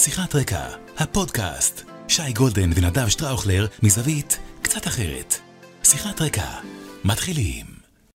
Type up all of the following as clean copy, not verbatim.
שיחת רקע, הפודקאסט. שי גולדן ונדב שטראוכלר מזווית קצת אחרת. שיחת רקע, מתחילים.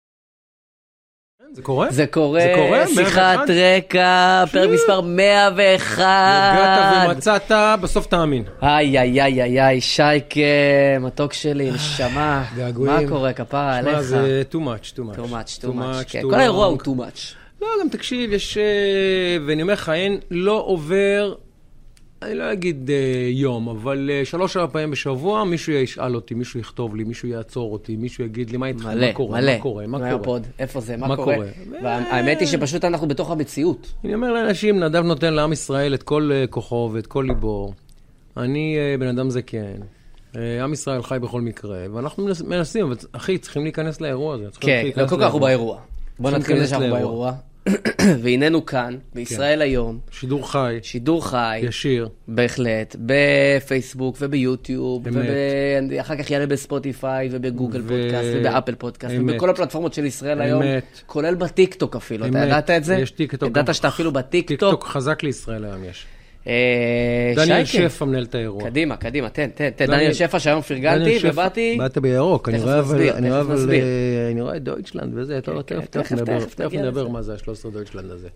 זה קורה? זה קורה, שיחת רקע, פרק מספר 101. הגעת ומצאת, בסוף תאמין. איי, שייקה, מתוק שלי, נשמה. מה קורה, כפרה עליך? מה זה too much. כל האירוע הוא too much. לא, גם תקשיב, יש, ואני אומר לך, לא עובר, אני לא אגיד יום, אבל 3 פעמים בשבוע, מישהו ישאל אותי, מישהו יכתוב לי, מישהו יעצור אותי, מישהו יגיד לי, מה איתך, מה קורה? איפה זה, מה קורה? והאמת היא שפשוט אנחנו בתוך המציאות. אני אומר לאנשים, נדב נותן לעם ישראל את כל כוחו ואת כל ליבו. אני בן אדם זה כן. עם ישראל חי בכל מקרה, ואנחנו מנסים, אבל אחי, צריכים להיכנס לאירוע הזה. כן, לא כל כך הוא באירוע. בוא נתחיל לזה שאנחנו באירוע. והננו כאן, בישראל היום. שידור חי. ישיר. בהחלט. בפייסבוק וביוטיוב. ואחר כך יעלה בספוטיפיי ובגוגל פודקאסט ובאפל פודקאסט. ובכל הפלטפורמות של ישראל היום. כולל בטיקטוק אפילו. אתה ידעת את זה? יש טיקטוק. ידעת שאתה אפילו בטיקטוק? טיקטוק חזק לישראל היום יש. דניאל שפע מנהל את האירוע. קדימה, תן. דניאל שפע שהיום פרגנתי ובאתי... באת בירוק, אני רואה את דויטשלנד וזה, תכף נדבר מה זה ה-13 דויטשלנד הזה.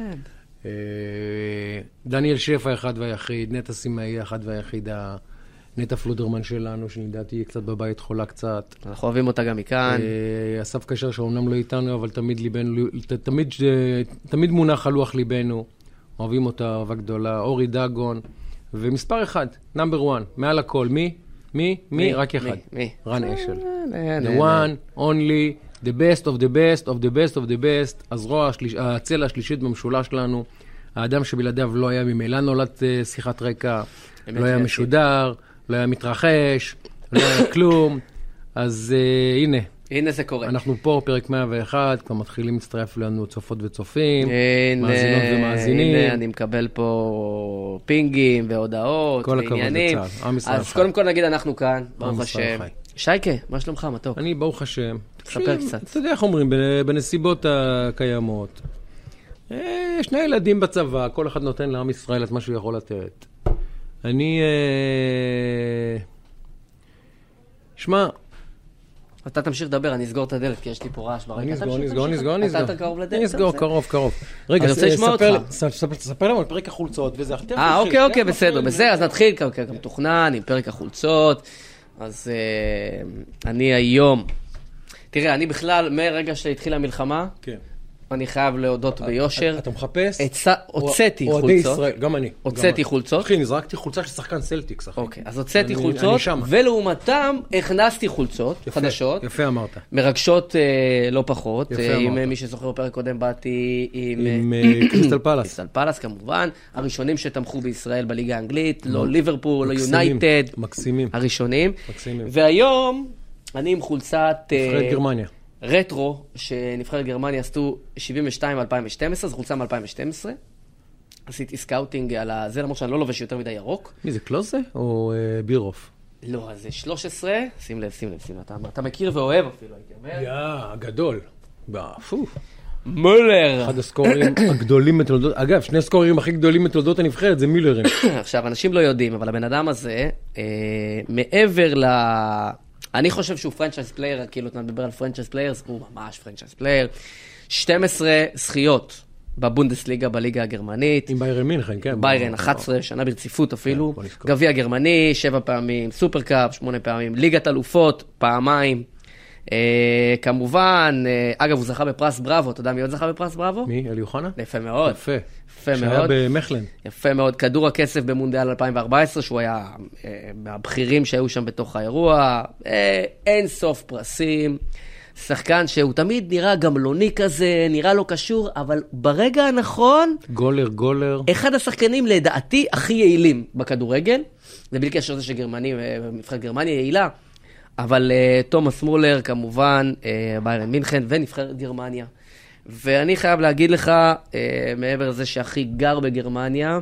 דניאל שפע אחד והיחיד, נטע סימאי אחד והיחיד, נטע פלודרמן שלנו, שנדעתי קצת בבית חולה קצת. אנחנו אוהבים אותה גם מכאן. אסף קשר שאומנם לא איתנו, אבל תמיד מונח על לוח ליבנו. אוהבים אותה, אהבה גדולה, אורי דגון, ומספר 1, נאמבר 1, מעל הכל, מי? רק אחד. רן אשל. The one, only, the best of the best of the best of the best, הזרוע, הצלע השלישית במשולש שלנו, האדם שבלעדיו לא היה ממילא נולד שיחת רקע, לא היה משודר, לא היה מתרחש, לא היה כלום, אז הנה זה קורה. אנחנו פה, פרק 101, כבר מתחילים להצטרף לנו צופות וצופים, מאזינות ומאזינים. הנה, אני מקבל פה פינגים והודעות ועניינים. אז קודם כל נגיד אנחנו כאן, ברוך השם. שייקה, מה שלומך, מתוק? אני ברוך השם. תספר קצת. אתה יודע איך אומרים, בנסיבות הקיימות. שני ילדים בצבא, כל אחד נותן לעם ישראל את מה שהוא יכול לתת. אני... שמע... אתה תמשיך לדבר, אני אסגור את הדלת, כי יש לי פה רעש ברקע. נסגור. אתה יותר קרוב לדלת? אני אסגור, קרוב. רגע, ספר לנו על פרק החולצות וזה. אוקיי, בסדר, אז נתחיל גם תוכנן עם פרק החולצות. אז אני היום, תראה, אני בכלל, מרגע שהתחילה המלחמה, אני חייב להודות ביושר. אתה מחפש? הוצאתי חולצות. גם אני. הוצאתי חולצות. אחי, נזרקתי חולצה של שחקן סלטיקס, אחי. אוקיי, אז הוצאתי חולצות, ולעומתם הכנסתי חולצות חדשות. יפה אמרת. מרגשות לא פחות. עם מי שזוכר בפרק קודם, באתי עם קריסטל פלאס. קריסטל פלאס, כמובן. הראשונים שתמכו בישראל בליגה האנגלית, לא ליברפול, לא יונייטד. מקסימים. הראשונים. והיום אני עם חולצת... נבחרת גרמניה. רטרו, שנבחרת גרמניה עשו 72 2012, זו חולצה מ-2012. עשיתי סקאוטינג על זה, למרות שאני לא לובש יותר מדי ירוק. מי זה, קלוזה או בירוף? לא, אז זה 13. שים לב, אתה מכיר ואוהב אפילו, הייתי אומר. הגדול. מולר. אחד הסקוררים הגדולים בתולדות, אגב, 2 הסקוררים הכי גדולים בתולדות הנבחרת, זה מילרים. עכשיו, אנשים לא יודעים, אבל הבן אדם הזה, מעבר אני חושב שהוא פרנצ'ייז פלייר, כאילו אתה מדבר על פרנצ'ייז פליירס, הוא ממש פרנצ'ייז פלייר. 12 זכיות בבונדסליגה, בליגה הגרמנית. עם ביירן מינכן, כן. ביירן, 11 שנה ברציפות אפילו. גביע גרמני, 7 פעמים, סופרקאפ, 8 פעמים, ליגת אלופות, פעמיים. כמובן, אגב, הוא זכה בפרס בראבו. אתה יודע מי עוד זכה בפרס בראבו? מי? אלי אוחנה? יפה מאוד. יפה שהיה במכלן. יפה מאוד. כדור הכסף במונדיאל 2014, שהוא היה מהבכירים שהיו שם בתוך האירוע. אין סוף פרסים. שחקן שהוא תמיד נראה גמלוני כזה, נראה לא קשור, אבל ברגע הנכון... גולר. אחד השחקנים לדעתי הכי יעילים בכדורגל. זה בלי קשר לזה שגרמני, מבחרת גרמניה יעילה. אבל תומאס מולר, כמובן, ביירן מינכן ונבחרת גרמניה. ואני חייב להגיד לך, מעבר לזה שהכי גר בגרמניה,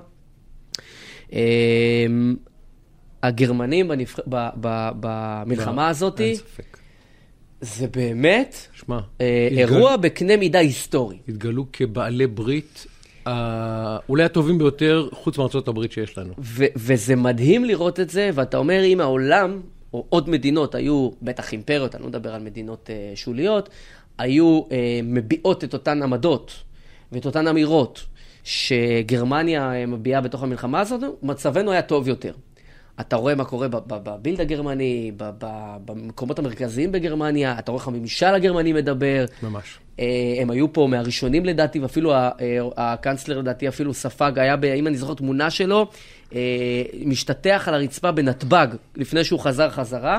הגרמנים במלחמה הזאת, זה באמת אירוע בקנה מידה היסטורי. התגלו כבעלי ברית אולי הטובים ביותר, חוץ מארצות הברית שיש לנו. וזה מדהים לראות את זה, ואתה אומר, אם העולם, או עוד מדינות, היו בטח אימפריות, אני לא מדבר על מדינות שוליות, היו מביעות את אותן עמדות, ואת אותן אמירות, שגרמניה מביעה בתוך המלחמה הזאת, מצבנו היה טוב יותר. אתה רואה מה קורה בבילד הגרמני, במקומות המרכזיים בגרמניה, אתה רואה איך הממשל הגרמני מדבר. ממש. הם היו פה מהראשונים לדעתי, ואפילו הקנצלר לדעתי אפילו ספג, היה, אם אני זוכר תמונה שלו, משתתח על הרצפה בנתב"ג, לפני שהוא חזרה.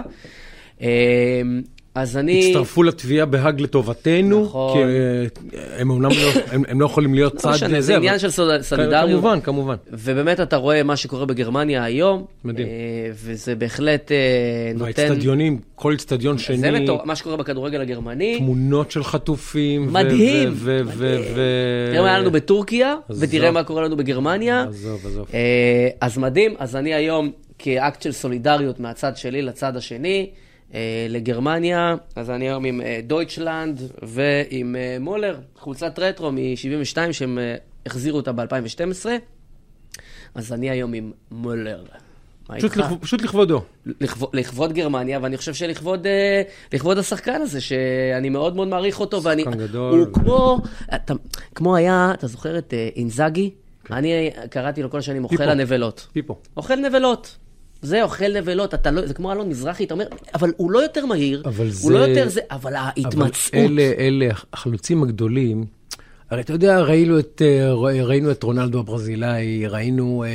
אז אני... הצטרפו לתביעה בהאג לטובתנו, נכון. כי הם לא יכולים להיות צד לזה. זה עניין של סולידריות. כמובן. ובאמת אתה רואה מה שקורה בגרמניה היום. מדהים. וזה בהחלט נותן... והאצטדיונים, כל אצטדיון שני... זה מה שקורה בכדורגל הגרמני. תמונות של חטופים. מדהים. תראה מה היה לנו בטורקיה, ותראה מה קורה לנו בגרמניה. עזוב. אז מדהים. אז אני היום, כאקט של סולידריות מהצד שלי לצד השני, לגרמניה, אז אני היום עם דויטשלנד ועם מולר, חולצת רטרו מ-72 שהם החזירו אותה ב-2012, אז אני היום עם מולר. פשוט לכבודו. לכבוד גרמניה, ואני חושב שלכבוד השחקן הזה, שאני מאוד מאוד מעריך אותו, שחקן גדול. הוא כמו היה, אתה זוכר את אינזאגי? אני קראתי לו כל השנים אוכל הנבלות. פיפו. אוכל נבלות. זה אוכל נבלות, זה כמו אלון מזרחי, אתה אומר, אבל הוא לא יותר מהיר, הוא לא יותר זה, אבל ההתמצאות. אלה החלוצים הגדולים, הרי אתה יודע, ראינו את רונלדו הברזילאי, ראינו,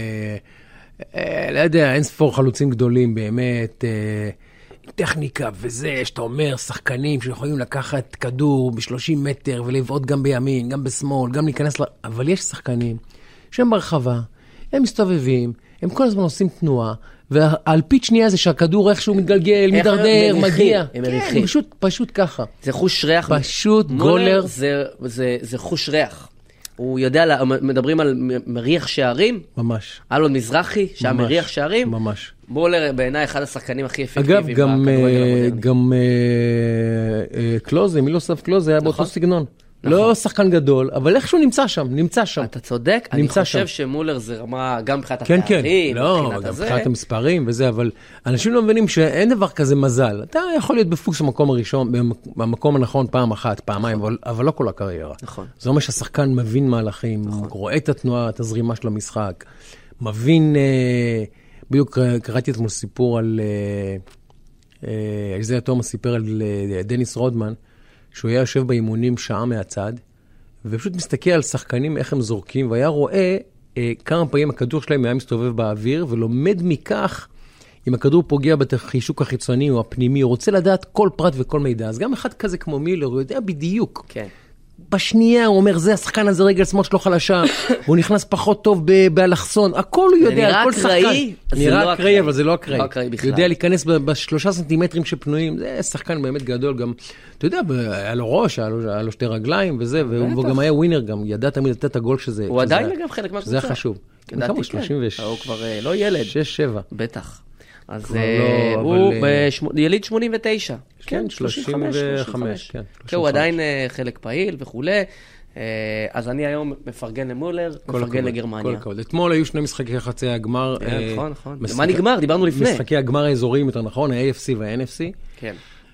לא יודע, אין ספור חלוצים גדולים, באמת, טכניקה וזה, שאתה אומר, שחקנים שיכולים לקחת כדור ב-30 מטר, ולבעוט גם בימין, גם בשמאל, גם להיכנס, אבל יש שחקנים שהם ברחבה, הם מסתובבים, הם כל הזמן עושים תנועה, והאלפית שנייה זה שהכדור איכשהו מתגלגל, מדרדר, מגיע. הם מריחים. פשוט ככה. זה חוש ריח. פשוט גולר. זה חוש ריח. הוא יודע, מדברים על מריח שערים. ממש. אלון מזרחי, שהיה מריח שערים. ממש. מולר בעיניי אחד השחקנים הכי אפקטיביים. אגב, גם קלוזה, מילוסלב קלוזה היה באותו סגנון. לא שחקן גדול, אבל איכשהו נמצא שם. אתה צודק, אני חושב שמולר זה רמה, גם מבחינת התארים, כן, לא, גם מבחינת המספרים וזה, אבל אנשים לא מבינים שאין דבר כזה מזל. אתה יכול להיות בפוקס במקום הראשון, במקום הנכון פעם אחת, פעמיים, אבל לא כל הקריירה. נכון. זה אומר שהשחקן מבין מהלכים, רואה את התנועה, את הזרימה של המשחק, מבין, בדיוק קראתי אתמול סיפור על, איזיה תומאס סיפר על דניס רודמן, שהוא היה יושב באימונים שעה מהצד, ופשוט מסתכל על שחקנים איך הם זורקים, והיה רואה כמה פעמים הכדור שלהם היה מסתובב באוויר, ולומד מכך אם הכדור פוגע בחישוק החיצוני או הפנימי, הוא רוצה לדעת כל פרט וכל מידע. אז גם אחד כזה כמו מילר, הוא יודע בדיוק. כן. בשנייה הוא אומר, זה השחקן הזה רגל שמאל שלו חלשה, הוא נכנס פחות טוב באלכסון, הכל הוא יודע, הכל שחקן. נראה אקראי, אבל זה לא אקראי. הוא יודע להיכנס ב3 סנטימטרים שפנויים, זה שחקן באמת גדול גם, אתה יודע, היה לו ראש, היה לו 2 רגליים וזה, והוא גם היה ווינר גם, ידע תמיד לתת את הגול שזה. הוא עדיין אגב חלק מהקבוצה. זה היה חשוב. כמה 36? הוא כבר לא ילד. 6-7. בטח. אז הוא יליד 89. כן, 35. כן, הוא עדיין חלק פעיל וכו'. אז אני היום מפרגן למולר, מפרגן לגרמניה. כל הכבוד. אתמול היו 2 משחקי חצי הגמר. נכון. מה נגמר? דיברנו לפני. משחקי הגמר האזוריים יותר נכון, ה-AFC וה-NFC. כן.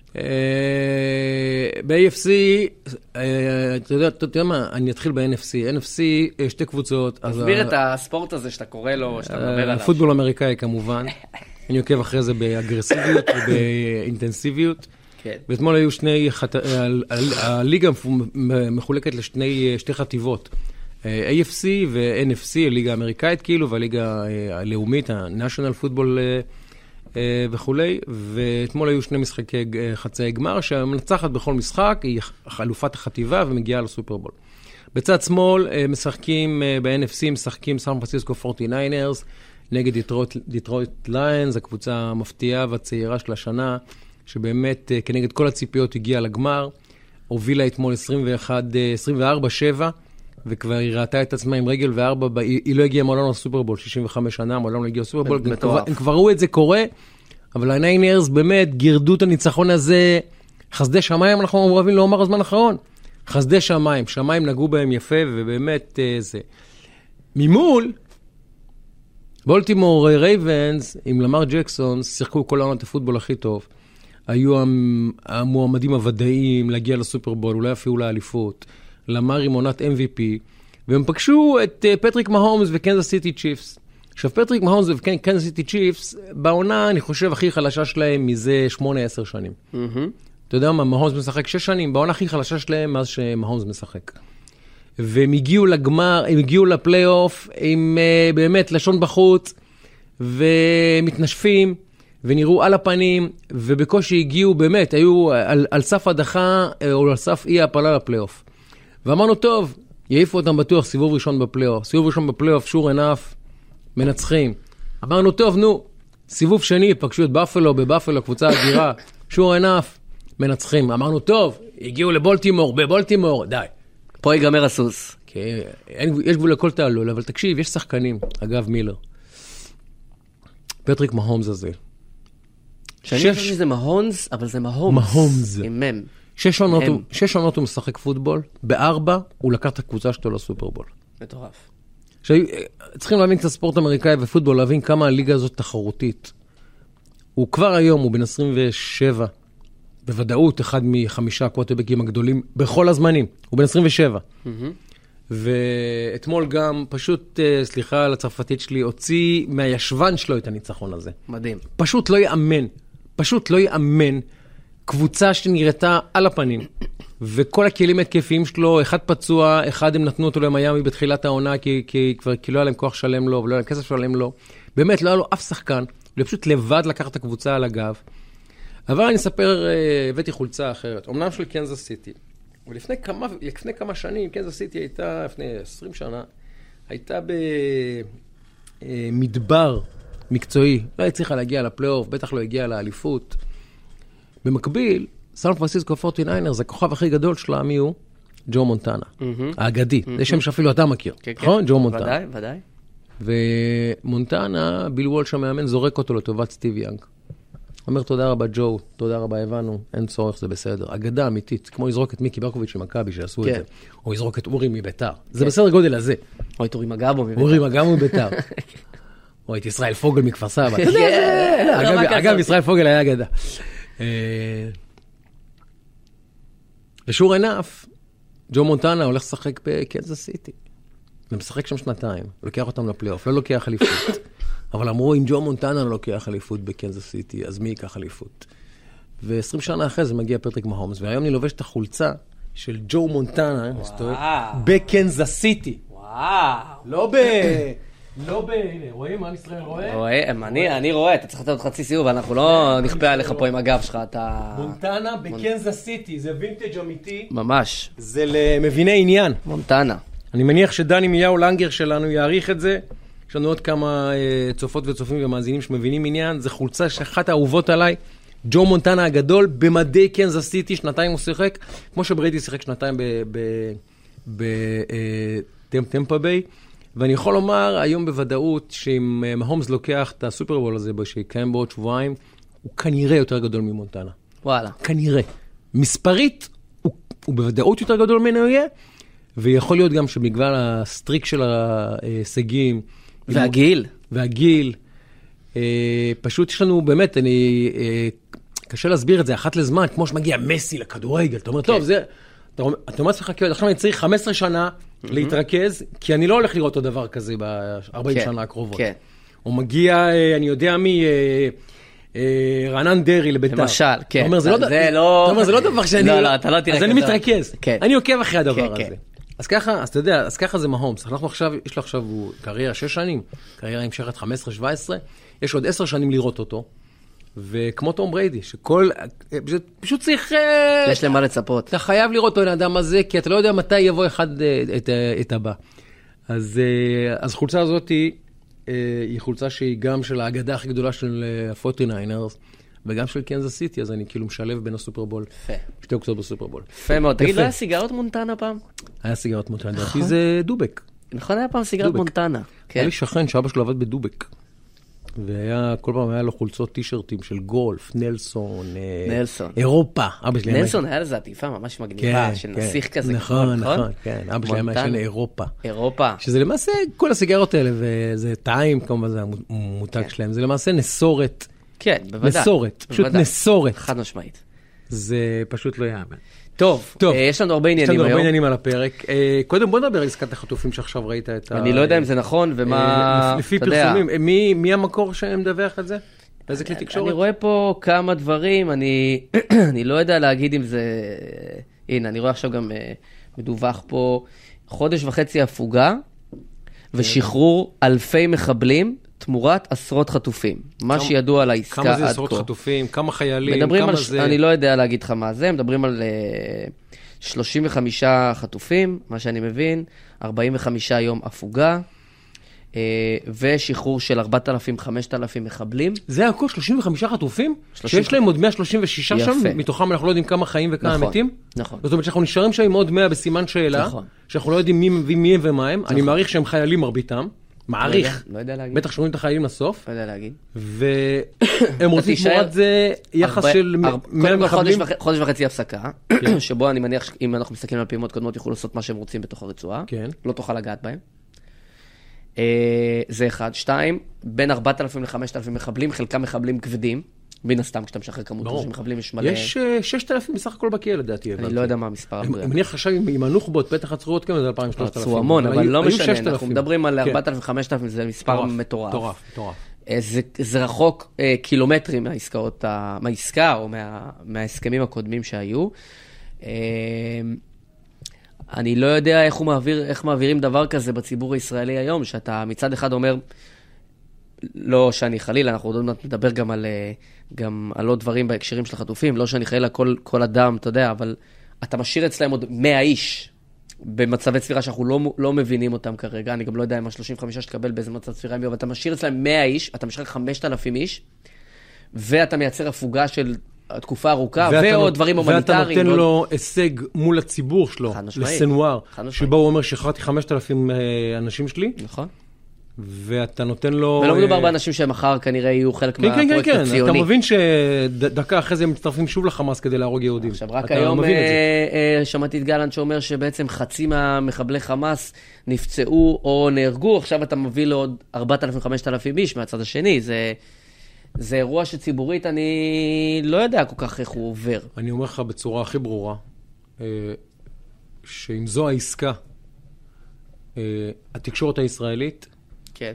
ב-AFC, אתה יודע מה, אני אתחיל ב-NFC. NFC, 2 קבוצות. תסביר את הספורט הזה שאתה קורא לו, שאתה מדבר עליו. פוטבול אמריקאי כמובן. אני עוקב אחרי זה באגרסיביות ובאינטנסיביות. כן. ואתמול היו הליגה מחולקת לשתי חטיבות. AFC ו-NFC, הליגה האמריקאית כאילו, והליגה הלאומית, ה-National Football וכו'. ואתמול היו 2 משחקי חצי גמר, שהמנצחת בכל משחק היא חלופת החטיבה ומגיעה לסופרבול. בצד שמאל משחקים ב-NFC, משחקים סן פרנסיסקו 49ers, נגד דיטרויט ליונס, הקבוצה המפתיעה והצעירה של השנה, שבאמת כנגד כל הציפיות הגיעה לגמר, הובילה אתמול 24-7, וכבר היא ראתה את עצמה עם רגל ו4, היא לא הגיעה מעולם לסופרבול, 65 שנה, מעולם לא הגיעה לסופרבול, הם כבר ראו את זה קורה, אבל הניינרס באמת גירדו את הניצחון הזה, חסדי שמיים אנחנו אוהבים לומר הזמן האחרון, חסדי שמיים, שמיים נגעו בהם יפה, ובאמת זה. ממול, בולטימור רייבנס עם למר ג'קסון, שיחקו כל העונת הפוטבול הכי טוב. היו המועמדים הוודאיים להגיע לסופרבול, אולי אפילו לאליפות. למר עם עונת MVP, והם פגשו את פטריק מהומס וקנזס סיטי צ'יפס. עכשיו, פטריק מהומס וקנזס סיטי צ'יפס, בעונה, אני חושב, הכי חלשה שלהם מזה 8-10 שנים. אתה יודע מה, מהומס משחק 6 שנים, בעונה הכי חלשה שלהם מאז שמהומס משחק. והם הגיעו לגמר, הם הגיעו לפלייאוף עם באמת לשון בחוץ, ומתנשפים, ונראו על הפנים, ובקושי הגיעו באמת, היו על סף הדחה, או על סף אי הפלה לפלייאוף. ואמרנו, טוב, יעיפו אותם בטוח סיבוב ראשון בפלייאוף. סיבוב ראשון בפלייאוף, sure enough, מנצחים. אמרנו, טוב, נו, סיבוב שני, פגשו את בפלו, בבפלו, קבוצה אדירה, sure enough, מנצחים. אמרנו, טוב, הגיעו לבולטימור, בבולטימור, די. פה ייגמר הסוס. כן, יש גבול לכל תעלול, אבל תקשיב, יש שחקנים, אגב מילר. פטריק מהומס הזה. שאני חושב שזה מהומס, אבל זה מהומס. עם מם. 6 עונות הוא משחק פוטבול, ב4 הוא לקח את הקבוצה שלו לסופרבול. מטורף. צריכים להבין את הספורט האמריקאי ופוטבול, להבין כמה הליגה הזאת תחרותית. הוא כבר היום, הוא בן 27, בוודאות אחד מ5 הקווטרבקים הגדולים בכל הזמנים. הוא בן 27. ואתמול גם פשוט, סליחה על הצרפתית שלי, הוציא מהישבן שלו את הניצחון הזה. מדהים. פשוט לא יאמן. קבוצה שנראתה על הפנים, וכל הכלים התקפיים שלו, אחד פצוע, אחד הם נתנו אותו למיימי בתחילת העונה, כי לא היה להם כוח שלם לו, ולא היה להם כסף שלם לו. באמת, לא היה לו אף שחקן, ופשוט לבד לקח את הקבוצה על הגב. אבל אני אספר, הבאתי חולצה אחרת, אמנם של קנזס סיטי. ולפני כמה שנים, קנזס סיטי הייתה, לפני 20 שנה, הייתה במדבר מקצועי. לא הצליחה להגיע לפלייאוף, בטח לא הגיעה לאליפות. במקביל, סן פרנסיסקו 49ers, הכוכב הכי גדול שלה, מי הוא? ג'ו מונטנה, האגדי. זה שם שאפילו אתה מכיר, נכון? ג'ו מונטנה. ודאי. ומונטנה, ביל וולש המאמן, זורק אותו לטובת סטיב יאנג. אומר, תודה רבה ג'ו, תודה רבה הבנו, אין צורך, זה בסדר. אגדה אמיתית, כמו לזרוק את מיקי ברקוביץ' ממכבי שעשו את זה, או לזרוק את אורי מביתר. זה בסדר גודל הזה. או את אורי מגבו מביתר. אורי מגבו מביתר. או את ישראל פוגל מכפר סבא. אגב, ישראל פוגל היה אגדה. ושור ענף, ג'ו מונטנה הולך לשחק בקנזס סיטי. ומשחק שם 2 הוא לוקח אותם לפלייאוף, לא לוקח אליפות. אבל אמרו, אם ג'ו מונטנה לא לוקח אליפות בקנזס סיטי, אז מי ייקח אליפות? ו20 שנה אחרי זה מגיע פטריק מהומס, והיום אני לובש את החולצה של ג'ו מונטנה, בקנזס סיטי. וואו. לא רואים מה ישראל רואה? אני רואה, אתה צריך לתת עוד חצי סיבוב, אנחנו לא נכפה עליך פה עם הגב שלך, אתה... מונטנה בקנזס סיטי, זה וינטג' אמיתי. ממש. זה למביני עניין. מונטנה. אני מניח שדני מיהו לנגר שלנו יעריך את זה. יש לנו עוד כמה צופות וצופים ומאזינים שמבינים עניין. זה חולצה שאחת האהובות עליי. ג'ו מונטנה הגדול במדי קנזס סיטי, 2 הוא שיחק, כמו שבריידי שיחק 2 בטמפה ביי. ואני יכול לומר היום בוודאות שאם מהומס לוקח את הסופרבול הזה שיקיים בעוד שבועיים, הוא כנראה יותר גדול ממונטנה. וואלה. כנראה. מספרית, הוא בוודאות יותר גדול ממנו יהיה, ויכול להיות גם שבגלל הסטריק של ההישגים. והגיל. פשוט יש לנו באמת, קשה להסביר את זה אחת לזמן, כמו שמגיע מסי לכדורגל. אתה אומר, טוב, זה... אתה אומר לך, עכשיו אני צריך 15 שנה להתרכז, כי אני לא הולך לראות אותו דבר כזה ב-40 שנה הקרובות. הוא מגיע, אני יודע מי, רענן דרי לביתר. למשל, כן. אתה אומר, זה לא דבר שאני... לא, אתה לא תראה. אז אני מתרכז. אני עוקב אחרי הדבר הזה. אז ככה, אז אתה יודע, אז ככה זה מהומס. אנחנו עכשיו, יש לו עכשיו קריירה 6 שנים, קריירה המשכת 15-17, יש עוד 10 שנים לראות אותו. וכמו תום בריידי, שכל, פשוט צריך... יש למה לצפות. אתה חייב לראות את האדם הזה, כי אתה לא יודע מתי יבוא אחד את הבא. אז חולצה הזאת היא חולצה שהיא גם של האגדה הכי גדולה של ה-49ers, וגם של קנזס סיטי, אז אני כאילו משלב בין הסופרבול. יפה. 2 קבוצות בסופרבול. יפה מאוד. תגיד, לא היה סיגרות מונטנה פעם? היה סיגרות מונטנה. זה דובק. נכון, היה פעם סיגרות מונטנה. היה לי שכן שאבא שלו עבד בדובק. וכל פעם היה לו חולצות טישרטים של גולף, נלסון, אירופה. נלסון היה לזה עטיפה ממש מגניבה, של נסיך כזה. נכון, כן. אבא שלי היה מעשן אירופה. שזה למעשה, כל הסיגרות האלה, וזה טיים, כמובן זה המותג שלהם, זה למעשה נסורת. כן, בוודאי. נסורת, פשוט נסורת. חד משמעית. זה פשוט לא יאמן. טוב, יש לנו הרבה עניינים היום. יש לנו הרבה עניינים על הפרק. קודם בוא נדבר על עסקת החטופים שעכשיו ראית את ה... אני לא יודע אם זה נכון ומה... לפי פרסומים, מי המקור שמדווח את זה? איזה כלי תקשורת? אני רואה פה כמה דברים, אני לא יודע להגיד אם זה... הנה, אני רואה עכשיו גם מדווח פה 1.5 חודש הפוגה, ושחרור אלפי מחבלים, תמורת עשרות חטופים. מה שידוע על העסקה עד כה. כמה זה עשרות חטופים? כמה חיילים? כמה זה... אני לא יודע להגיד לך מה זה. מדברים על 35 חטופים, מה שאני מבין, 45 יום הפוגה, ושחרור של 4,000-5,000 מחבלים. זה הכל 35 חטופים? שיש להם עוד 136 שם? מתוכם אנחנו לא יודעים כמה חיים וכמה מתים? נכון. זאת אומרת שאנחנו נשארים שם עם עוד 100 בסימן שאלה, שאנחנו לא יודעים מי הם ומה הם. אני מעריך שהם חיילים מרביתם. מעריך. לא יודע להגיד. בטח שומעים את החיילים לסוף. לא יודע להגיד. והם רוצים תמורת זה יחס של 100 מחבלים. 1.5 חודש הפסקה, שבו אני מניח שאם אנחנו מסתכלים על פעימות קודמות, יוכלו לעשות מה שהם רוצים בתוך הרצועה. לא תוכל לגעת בהם. זה 1. 2, בין 4,000 ל-5,000 מחבלים, חלקם מחבלים כבדים. בין הסתם, כשאתה משחרר כמות של מחבלים, יש מלא... יש 6,000 בסך הכל בכלא, לדעתי. אני לא יודע מה המספר. אני מניח חשב עם הנוח'בות, בטח הצרורות כמה זה 2,000-3,000. רצו המון, אבל לא משנה, אנחנו מדברים על 4,000-5,000, זה מספר מטורף. מטורף. זה רחוק קילומטרים מהעסקה, או מההסכמים הקודמים שהיו. אני לא יודע איך מעבירים דבר כזה בציבור הישראלי היום, שאתה מצד אחד אומר, לא שאני חלילה, אנחנו עוד מעט נדבר גם על עוד דברים בהקשרים של החטופים, לא שאני חלילה כל אדם, אתה יודע, אבל אתה משאיר אצלהם עוד 100 איש במצבי צפירה שאנחנו לא מבינים אותם כרגע, אני גם לא יודע אם ה-35 שתקבל באיזה מצב צפירה, אבל אתה משאיר אצלהם 100 איש, אתה משאיר 5,000 איש, ואתה מייצר הפוגה של תקופה ארוכה, ועוד דברים הומניטריים. ואתה נותן לו הישג מול הציבור שלו, לסנואר, שבו הוא אומר שחררתי 5,000 אנשים שלי. נכון. ואתה נותן לו... ולא מדובר באנשים שמחר כנראה יהיו חלק מהפרויקט הציוני. אתה מבין שדקה אחרי זה הם מצטרפים שוב לחמאס כדי להרוג יהודים. עכשיו, רק היום שמעתי את גלנט שאומר שבעצם חצי מהמחבלי חמאס נפצעו או נהרגו, עכשיו אתה מביא לו עוד 4,000-5,000 איש מהצד השני. זה אירוע שציבורית אני לא יודע כל כך איך הוא עובר. אני אומר לך בצורה הכי ברורה, שאם זו העסקה, התקשורת הישראלית, כן.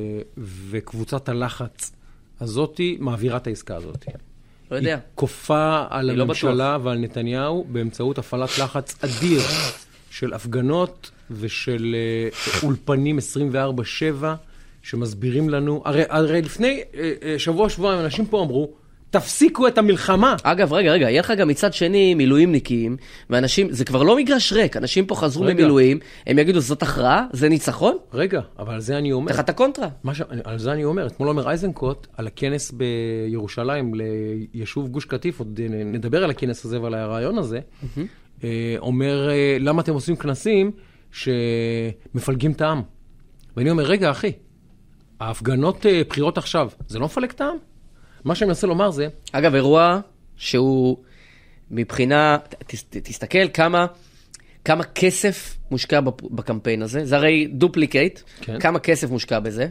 וקבוצת הלחץ הזאת מעבירה את העסקה הזאת. לא יודע. היא כופה על הממשלה ועל נתניהו באמצעות הפעלת לחץ אדיר של הפגנות ושל אולפנים 24/7 שמסבירים לנו. הרי לפני שבוע-שבועיים אנשים פה אמרו, תפסיקו את המלחמה. אגב, רגע, יהיה לך גם מצד שני מילואימניקים, ואנשים, זה כבר לא מגרש ריק, אנשים פה חזרו ממילואים, הם יגידו, זאת הכרעה? זה ניצחון? רגע, אבל על זה אני אומר. תחת הקונטרה. על זה אני אומר. אתמול אומר אייזנקוט, על הכנס בירושלים ליישוב גוש קטיף, עוד נדבר על הכנס הזה ועל הרעיון הזה, אומר, למה אתם עושים כנסים שמפלגים את העם? ואני אומר, רגע, אחי, ההפגנות בחירות עכשיו, זה לא מפלג את העם? מה שאני מנסה לומר זה... אגב, אירוע שהוא מבחינה... תסתכל כמה כסף מושקע בקמפיין הזה. זה הרי דופליקייט. כן. כמה כסף מושקע בזה.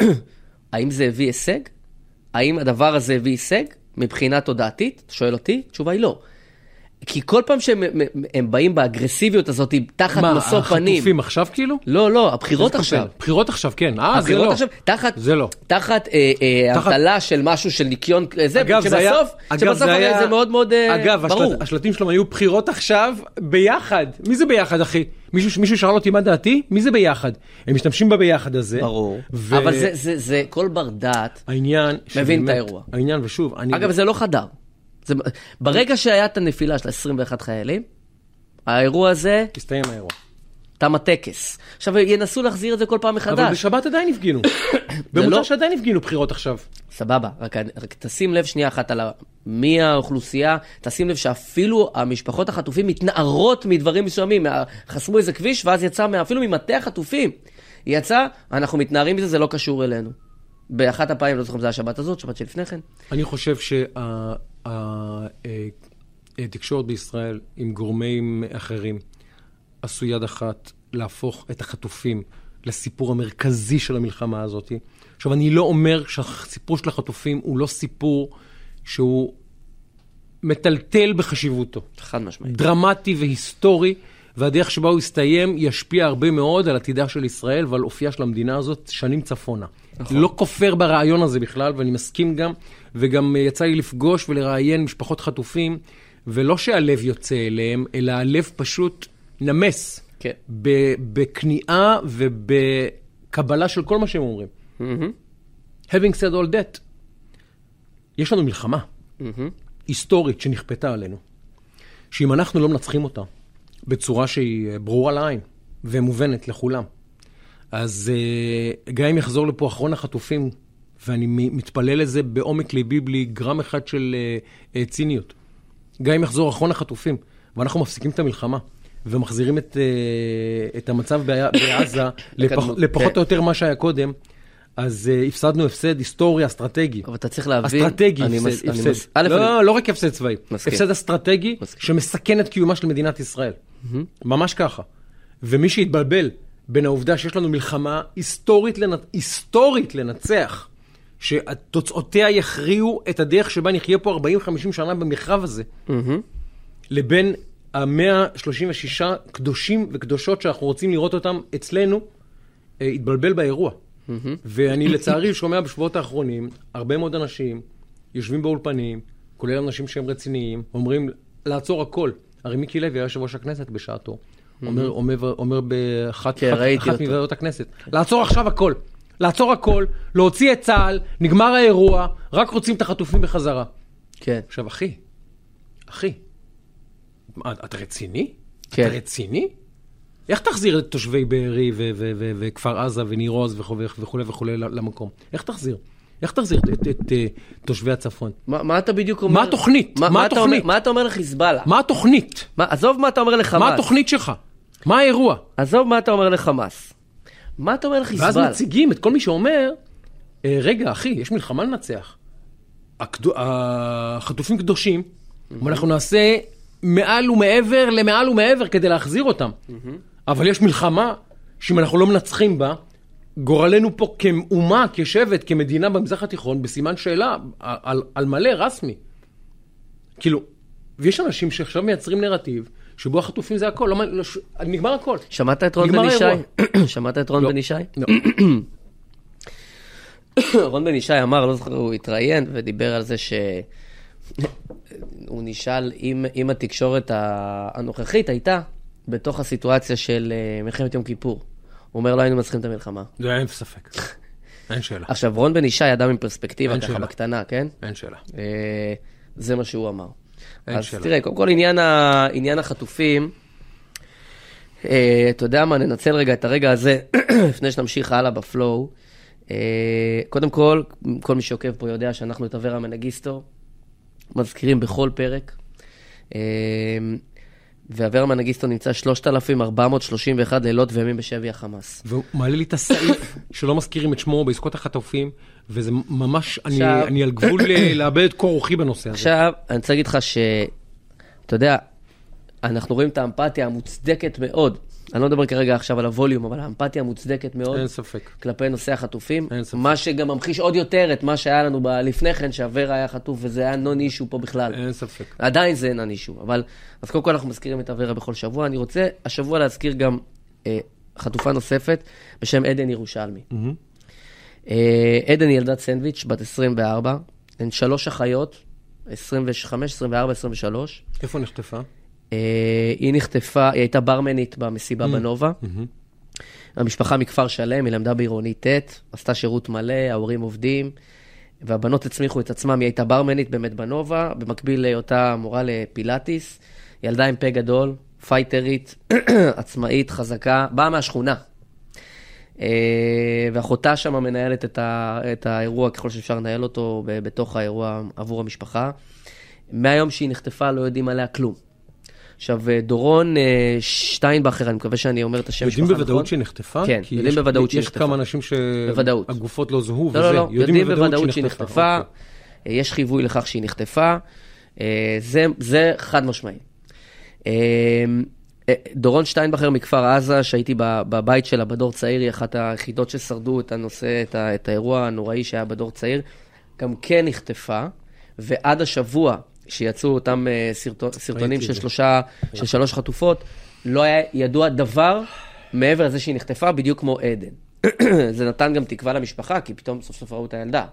האם זה הביא הישג? האם הדבר הזה הביא הישג? מבחינה תודעתית? שואל אותי? תשובה היא לא. כי כל פעם שהם באים באגרסיביות הזאת, תחת משוא פנים. מה, החטופים עכשיו כאילו? לא, הבחירות עכשיו. בחירות עכשיו, כן. זה לא. תחת הבטלה של משהו של ניקיון, שבסוף זה מאוד מאוד ברור. אגב, השלטים שלהם היו בחירות עכשיו ביחד. מי זה ביחד, אחי? מישהו שאל אותי מה דעתי? מי זה ביחד? הם משתמשים בביחד הזה. ברור. אבל זה כל בר דעת מבין את האירוע. העניין, ושוב, אגב, זה לא חדר. ברגע שהיה את הנפילה של 21 חיילים, האירוע הזה... הסתיים האירוע. תם הטקס. עכשיו, ינסו להחזיר את זה כל פעם מחדש. אבל בשבת עדיין הפגינו. במוצר שעדיין הפגינו בחירות עכשיו. סבבה, רק תשים לב שנייה אחת על מי האוכלוסייה, תשים לב שאפילו המשפחות החטופים מתנערות מדברים מסוימים, חסמו איזה כביש, ואז יצא אפילו ממטה החטופים. יצא, אנחנו מתנערים מזה, זה לא קשור אלינו. באחת הפעמים, לא זוכר אם זה השבת הזאת, שבת שלפני כן. אני חושב שהתקשורת בישראל עם גורמים אחרים עשו יד אחת להפוך את החטופים לסיפור המרכזי של המלחמה הזאת. עכשיו, אני לא אומר שהסיפור של החטופים הוא לא סיפור שהוא מטלטל בחשיבותו. חד משמעית. דרמטי והיסטורי, והדרך שבה הוא יסתיים ישפיע הרבה מאוד על עתידה של ישראל ועל אופייה של המדינה הזאת שנים צפונה. נכון. לא כופר ברעיון הזה בכלל, ואני מסכים גם, וגם יצא לי לפגוש ולראיין משפחות חטופים, ולא שהלב יוצא אליהם, אלא הלב פשוט נמס. כן. בכניעה ובקבלה של כל מה שהם אומרים. Having said all that, יש לנו מלחמה היסטורית שנכפתה עלינו, שאם אנחנו לא מנצחים אותה בצורה שהיא ברורה לעין ומובנת לכולם, אז גם אם יחזור לפה אחרון החטופים, ואני מתפלל לזה בעומק ליבי בלי גרם אחד של ציניות, גם אם יחזור אחרון החטופים, ואנחנו מפסיקים את המלחמה, ומחזירים את המצב בעזה לפחות או יותר מה שהיה קודם, אז הפסדנו הפסד היסטורי, אסטרטגי. אבל אתה צריך להבין... אסטרטגי, הפסד. לא רק הפסד צבאי. הפסד אסטרטגי שמסכן את קיומה של מדינת ישראל. ממש ככה. ומי שהתבלבל בין העובדה שיש לנו מלחמה היסטורית לנצח, שתוצאותיה יכריעו את הדרך שבה נחיה פה 40-50 שנה במרחב הזה, לבין 136 קדושים וקדושות שאנחנו רוצים לראות אותם אצלנו, התבלבל באירוע. ואני לצערי שומע בשבועות האחרונים, הרבה מאוד אנשים יושבים באולפנים, כולל אנשים שהם רציניים, אומרים לעצור הכל. הרי מיקי לוי היה יושב ראש הכנסת בשעתו, אומר באחת מוועדות הכנסת, לעצור עכשיו הכל, לעצור הכל, להוציא את צה"ל, נגמר האירוע, רק רוצים את החטופים בחזרה. כן. עכשיו, אחי, אתה רציני? כן. אתה רציני? איך תחזיר את תושבי בארי וכפר עזה וניר עוז וכו' למקום? איך תחזיר? איך תחזיר את תושבי הצפון? מה אתה בדיוק אומר? מה התוכנית? מה אתה אומר לחיזבאללה? מה התוכנית? עזוב מה אתה אומר לחמאס. מה התוכנית שלך? מה האירוע? עזוב מה אתה אומר לחמאס. מה אתה אומר לחיזבאללה? ואז מציגים את כל מי שאומר, רגע אחי, יש מלחמה לנצח. החטופים קדושים, ואנחנו נעשה מעל ומעבר כדי להחזיר אותם. אבל יש מלחמה שאם אנחנו לא מנצחים בה, גורלנו פה כאומה, כשבט, כמדינה במזרח התיכון, בסימן שאלה על מלא רסמי. כאילו, ויש אנשים שעכשיו מייצרים נרטיב, שבו החטופים זה הכל, נגמר הכל. שמעת את רון בן ישי? שמעת את רון בן ישי? לא. רון בן ישי אמר, לא זוכר, הוא התראיין ודיבר על זה הוא נשאל אם התקשורת הנוכחית הייתה בתוך הסיטואציה של מלחמת יום כיפור. הוא אומר, לא היינו מצליחים את המלחמה. זה אין ספק. אין שאלה. עכשיו, רון בן ישי אדם עם פרספקטיבה ככה בקטנה, כן? אין שאלה. זה מה שהוא אמר. אין שאלה. אז תראה, קודם כל עניין החטופים, אתה יודע מה, ננצל רגע את הרגע הזה, לפני שנמשיך הלאה בפלואו. קודם כל מי שעוקב פה יודע שאנחנו את אברה מנגיסטו מזכירים בכל פרק. ואברה מנגיסטו נמצא 3,431 לילות וימים בשבי החמאס. והוא מעלה לי את הסעיף שלא מזכירים את שמו בעסקות החטופים, וזה ממש, אני על גבול לאבד את קור רוחי בנושא הזה. עכשיו, אני רוצה להגיד לך אתה יודע, אנחנו רואים את האמפתיה המוצדקת מאוד, אני לא מדבר כרגע עכשיו על הווליום, אבל האמפתיה המוצדקת מאוד. אין ספק. כלפי נושא החטופים. אין ספק. מה שגם ממחיש עוד יותר את מה שהיה לנו לפני כן, שאברה היה חטוף, וזה היה נון אישו פה בכלל. אין ספק. עדיין זה נון אישו. אבל, אז קודם כל אנחנו מזכירים את אברה בכל שבוע. אני רוצה השבוע להזכיר גם חטופה נוספת, בשם עדן ירושלמי. עדן היא ילדת סנדוויץ', בת 24, הן 3 אחיות, 25, 24, 23. איפה נחטפה? היא נחטפה, היא הייתה ברמנית במסיבה בנובה. המשפחה מכפר שלם, היא למדה בעירוני ט', עשתה שירות מלא, ההורים עובדים, והבנות הצמיחו את עצמם, היא הייתה ברמנית באמת בנובה, במקביל להיותה מורה לפילאטיס, ילדה עם פה גדול, פייטרית, עצמאית, חזקה, באה מהשכונה. ואחותה שם מנהלת את האירוע, ככל שאפשר לנהל אותו בתוך האירוע עבור המשפחה. מהיום שהיא נחטפה לא יודעים עליה כלום. עכשיו, דורון שטיינבכר, אני מקווה שאני אומר את השם שלך נכון. יודעים בוודאות שהיא נחטפה? כן, יודעים בוודאות שהיא נחטפה. יש כמה אנשים שהגופות לא זוהו וזה. לא, יודעים בוודאות שהיא נחטפה. יש חיווי לכך שהיא נחטפה. זה חד משמעי. דורון שטיינבכר מכפר עזה, שהייתי בבית שלה בדור צעיר, היא אחת היחידות ששרדו את הנושא, את האירוע הנוראי שהיה בדור צעיר, גם כן נחטפה, ועד השבוע שיצאו אותם סרטונים של 3 חטופות, לא היה ידוע דבר מעבר לזה שהיא נחטפה, בדיוק כמו עדן. זה נתן גם תקווה למשפחה, כי פתאום סוף סוף ראו את הילדה.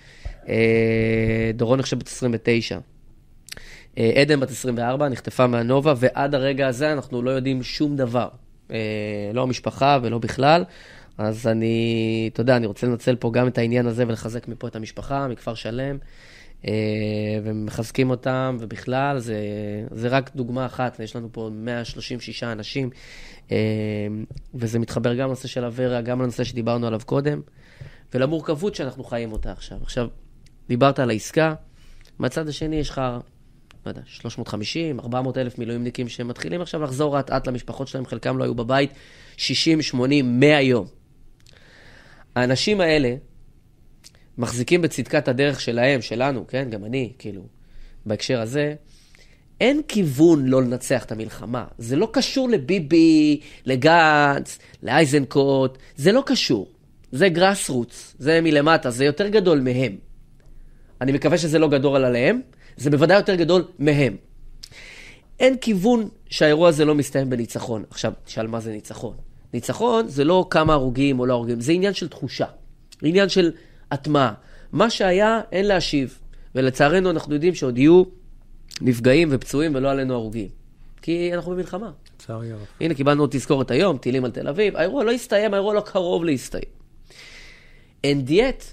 דורון נחשב בת 29. עדן בת 24, נחטפה מהנובה, ועד הרגע הזה אנחנו לא יודעים שום דבר. לא המשפחה ולא בכלל. אז אני רוצה לנצל פה גם את העניין הזה ולחזק מפה את המשפחה, מכפר שלם. ומחזקים אותם, ובכלל זה רק דוגמה אחת, ויש לנו פה 136 אנשים, וזה מתחבר גם לנושא של הוורה, גם לנושא שדיברנו עליו קודם, ולמורכבות שאנחנו חיים אותה עכשיו. עכשיו, דיברת על העסקה, מהצד השני יש לך, לא יודע, 350, 400 אלף מילואימניקים שמתחילים עכשיו לחזור רעת למשפחות שלהם, חלקם לא היו בבית, 60, 80, 100 יום. האנשים האלה, מחזיקים בצדקת הדרך שלהם, שלנו, כן, גם אני, כאילו, בהקשר הזה, אין כיוון לא לנצח את המלחמה. זה לא קשור לביבי, לגנץ, לאייזנקוט, זה לא קשור. זה גראס רוץ, זה מלמטה, זה יותר גדול מהם. אני מקווה שזה לא גדול עליהם, זה בוודאי יותר גדול מהם. אין כיוון שהאירוע הזה לא מסתיים בניצחון. עכשיו, תשאל מה זה ניצחון. ניצחון זה לא כמה הרוגים או לא הרוגים, זה עניין של תחושה. עניין של התמאה. מה שהיה, אין להשיב. ולצערנו אנחנו יודעים שעוד יהיו נפגעים ופצועים ולא עלינו הרוגים. כי אנחנו במלחמה. צערי הרב. הנה, קיבלנו תזכורת היום, טילים על תל אביב. האירוע לא הסתיים, האירוע לא קרוב להסתיים. And yet,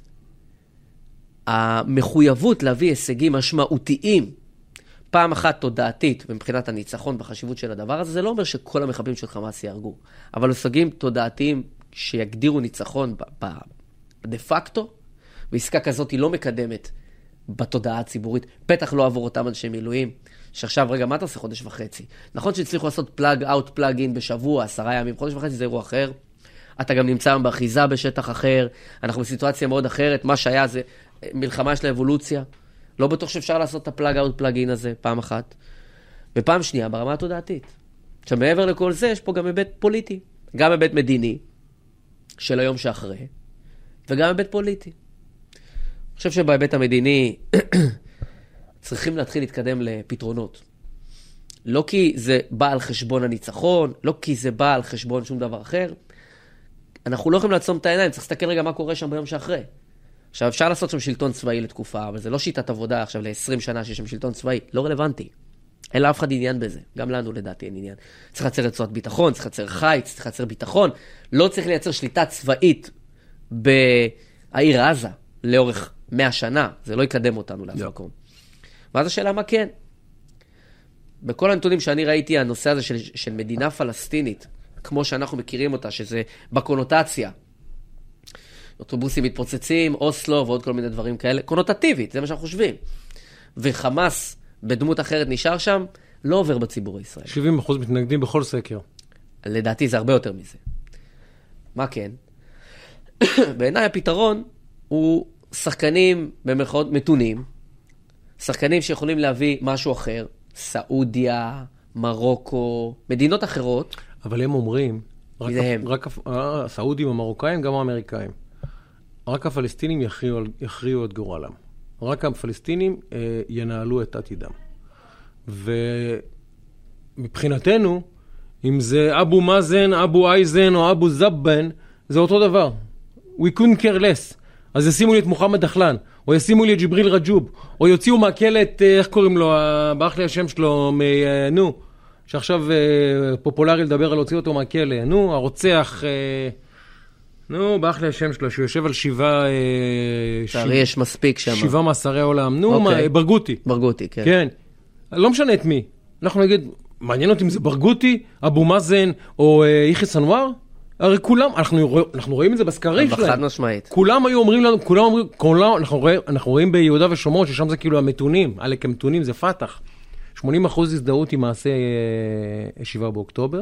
המחויבות להביא הישגים משמעותיים, פעם אחת תודעתית, ומבחינת הניצחון בחשיבות של הדבר הזה, זה לא אומר שכל המחבלים של חמאס יהרגו. אבל הישגים תודעתיים שיגדירו ניצחון דה פקטו, ועסקה כזאת היא לא מקדמת בתודעה הציבורית, בטח לא עבור אותם אנשי מילואים, שעכשיו, רגע, מה אתה עושה חודש וחצי? נכון שהצליחו לעשות פלאג אאוט, פלאג אין בשבוע, 10 ימים, חודש וחצי זה אירוע אחר, אתה גם נמצא באחיזה בשטח אחר, אנחנו בסיטואציה מאוד אחרת, מה שהיה זה מלחמה של האבולוציה, לא בטוח שאפשר לעשות את הפלאג אאוט, פלאג אין הזה, פעם אחת, ופעם שנייה, ברמה התודעתית. עכשיו, מעבר לכל זה, יש פה גם היבט פוליטי, גם היבט מדיני, של היום שאחרי, וגם היבט פוליטי. אני חושב שבהיבט המדיני צריכים להתחיל להתקדם לפתרונות. לא כי זה בא על חשבון הניצחון, לא כי זה בא על חשבון שום דבר אחר. אנחנו לא יכולים לעצום את העיניים, צריך להסתכל רגע מה קורה שם ביום שאחרי. עכשיו אפשר לעשות שם שלטון צבאי לתקופה, אבל זה לא שיטת עבודה עכשיו ל-20 שנה שיש שם שלטון צבאי, לא רלוונטי. אין לאף אחד עניין בזה, גם לנו לדעתי אין עניין. צריך לייצר רצועת ביטחון, צריך לייצר חיץ, צריך לייצר ביטחון, לא צריך לייצר שליטה צבאית בעיר עזה לאורך 100 שנה, זה לא יקדם אותנו לאף מקום. ואז השאלה מה כן? בכל הנתונים שאני ראיתי, הנושא הזה של מדינה פלסטינית, כמו שאנחנו מכירים אותה, שזה בקונוטציה, אוטובוסים מתפוצצים, אוסלו ועוד כל מיני דברים כאלה, קונוטטיבית, זה מה שאנחנו חושבים. וחמאס בדמות אחרת נשאר שם, לא עובר בציבור הישראלי. 70% מתנגדים בכל סקר. לדעתי זה הרבה יותר מזה. מה כן? בעיניי הפתרון הוא שחקנים במרכאות מתונים, שחקנים שיכולים להביא משהו אחר, סעודיה, מרוקו, מדינות אחרות. אבל הם אומרים, רק הסעודים, המרוקאים, גם האמריקאים, רק הפלסטינים יכריעו את גורלם. רק הפלסטינים ינהלו את עתידם. ומבחינתנו, אם זה אבו מאזן, אבו אייזן או אבו זבן, זה אותו דבר. We couldn't care less. אז ישימו לי את מוחמד דחלן, או ישימו לי את ג'יבריל רג'וב, או יוציאו מהכלא את, איך קוראים לו, ברח לי השם שלו, שעכשיו פופולרי לדבר על להוציא אותו מהכלא, הרוצח, ברח לי השם שלו, שהוא יושב על 7... יש מספיק שם. 7 מאסרי עולם, ברגותי. ברגותי, כן. כן, לא משנה את מי. אנחנו נגיד, מעניין אותי אם זה ברגותי, אבו מאזן, או יחיא סנואר? הרי כולם, אנחנו רואים את זה בסקרים שלהם. חד משמעית. כולם היו אומרים לנו, אנחנו רואים ביהודה ושומרון, ששם זה כאילו המתונים, עלק המתונים זה פתח. 80% הזדהות עם מעשה 7 באוקטובר,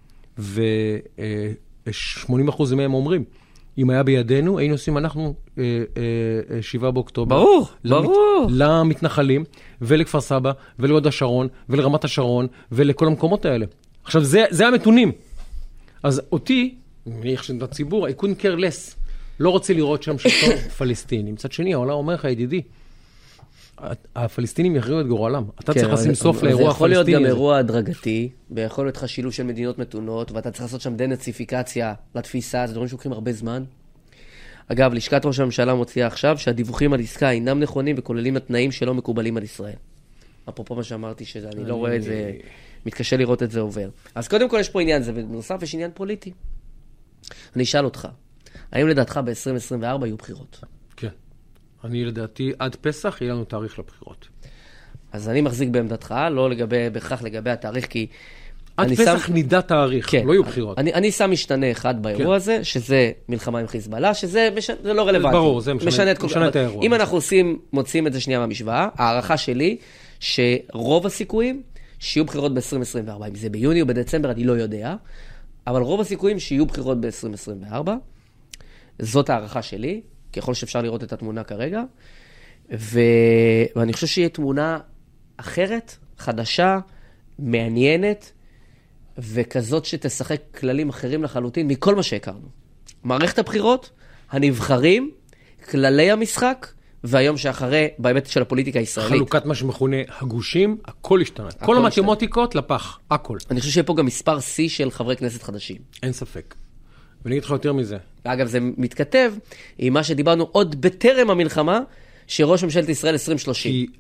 ו-80% מהם אומרים, אם היה בידינו, היינו עושים אנחנו 7 באוקטובר. ברור, ברור. למתנחלים, ולכפר סבא, ולהוד השרון, ולרמת השרון, ולכל המקומות האלה. עכשיו, זה המתונים. אז אותי, מניח שאת הציבור, I couldn't care less. לא רוצה לראות שם שלטון פלסטיני. מצד שני, העולם אומר לך, ידידי, הפלסטינים יכריעו את גורלם. אתה צריך לשים סוף לאירוע הפלסטיני. זה יכול להיות גם אירוע הדרגתי, ויכול להיות לך שילוב של מדינות מתונות, ואתה צריך לעשות שם דנציפיקציה לתפיסה, זה דברים שלוקחים הרבה זמן. אגב, לשכת ראש הממשלה מוציאה עכשיו שהדיווחים על עסקה אינם נכונים וכוללים התנאים שלא מקובלים על ישראל. אפרופו מה שאמרתי, שאני לא רואה את זה, מתקשה לראות את זה עובר. אז קודם כל יש פה עניין זה, ובנוסף יש עניין פוליטי. אני אשאל אותך, האם לדעתך ב-2024 יהיו בחירות? כן. אני לדעתי עד פסח יהיה לנו תאריך לבחירות. אז אני מחזיק בעמדתך, לא בהכרח לגבי התאריך, כי... עד פסח נדע תאריך, כן, לא יהיו בחירות. אני שם משתנה אחד באירוע הזה, שזה מלחמה עם חיזבאללה, שזה לא רלוונטי. ברור, זה משנה את האירוע. אם אנחנו מוצאים את זה שנייה מהמשוואה, הערכה שלי, שרוב הסיכויים שיהיו בחירות ב-2024. אם זה ביוני או בדצמבר, אני לא יודע, אבל רוב הסיכויים שיהיו בחירות ב-2024, זאת הערכה שלי, ככל שאפשר לראות את התמונה כרגע, ואני חושב שיהיה תמונה אחרת, חדשה, מעניינת, וכזאת שתשחק כללים אחרים לחלוטין מכל מה שהכרנו. מערכת הבחירות, הנבחרים, כללי המשחק, והיום שאחרי, בהיבט של הפוליטיקה הישראלית. חלוקת מה שמכונה הגושים, הכל השתנה. כל המתמטיקות לפח, הכל. אני חושב שיהיה פה גם מספר C של חברי כנסת חדשים. אין ספק. ואני אגיד לך יותר מזה. אגב, זה מתכתב עם מה שדיברנו עוד בטרם המלחמה, שראש ממשלת ישראל 2030. כי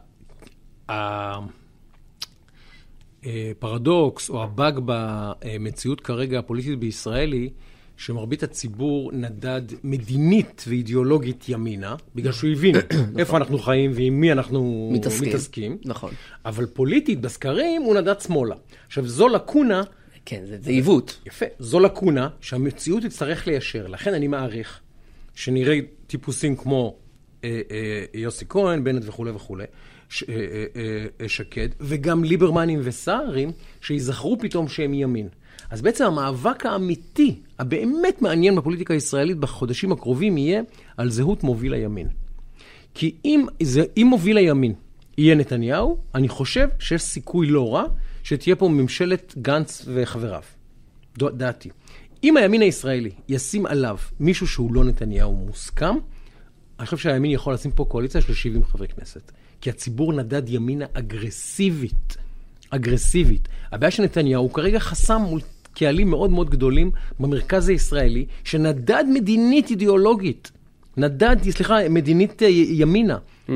הפרדוקס או הבאג במציאות כרגע הפוליטית בישראל היא שמרבית הציבור נדד מדינית ואידיאולוגית ימינה, בגלל שהוא הבין איפה אנחנו חיים ועם מי אנחנו מתעסקים. נכון. אבל פוליטית בסקרים הוא נדד שמאלה. עכשיו זו לקונה... כן, זה עיוות. יפה. זו לקונה שהמציאות תצטרך ליישר. לכן אני מעריך שנראה טיפוסים כמו יוסי כהן, בנט וכו' וכו', שקד, וגם ליברמנים וסערים, שיזכרו פתאום שהם ימין. אז בעצם המאבק האמיתי, הבאמת מעניין בפוליטיקה הישראלית בחודשים הקרובים, יהיה על זהות מוביל הימין. כי אם מוביל הימין יהיה נתניהו, אני חושב שיש סיכוי לא רע, שתהיה פה ממשלת גנץ וחבריו. דעתי. אם הימין הישראלי ישים עליו מישהו שהוא לא נתניהו מוסכם, אני חושב שהימין יכול לשים פה קואליציה של 70 חברי כנסת. כי הציבור נדד ימינה אגרסיבית. אגרסיבית. הבעיה של נתניהו הוא כרגע חסם מול קהלים מאוד מאוד גדולים במרכז הישראלי, שנדד מדינית אידיאולוגית. מדינית ימינה.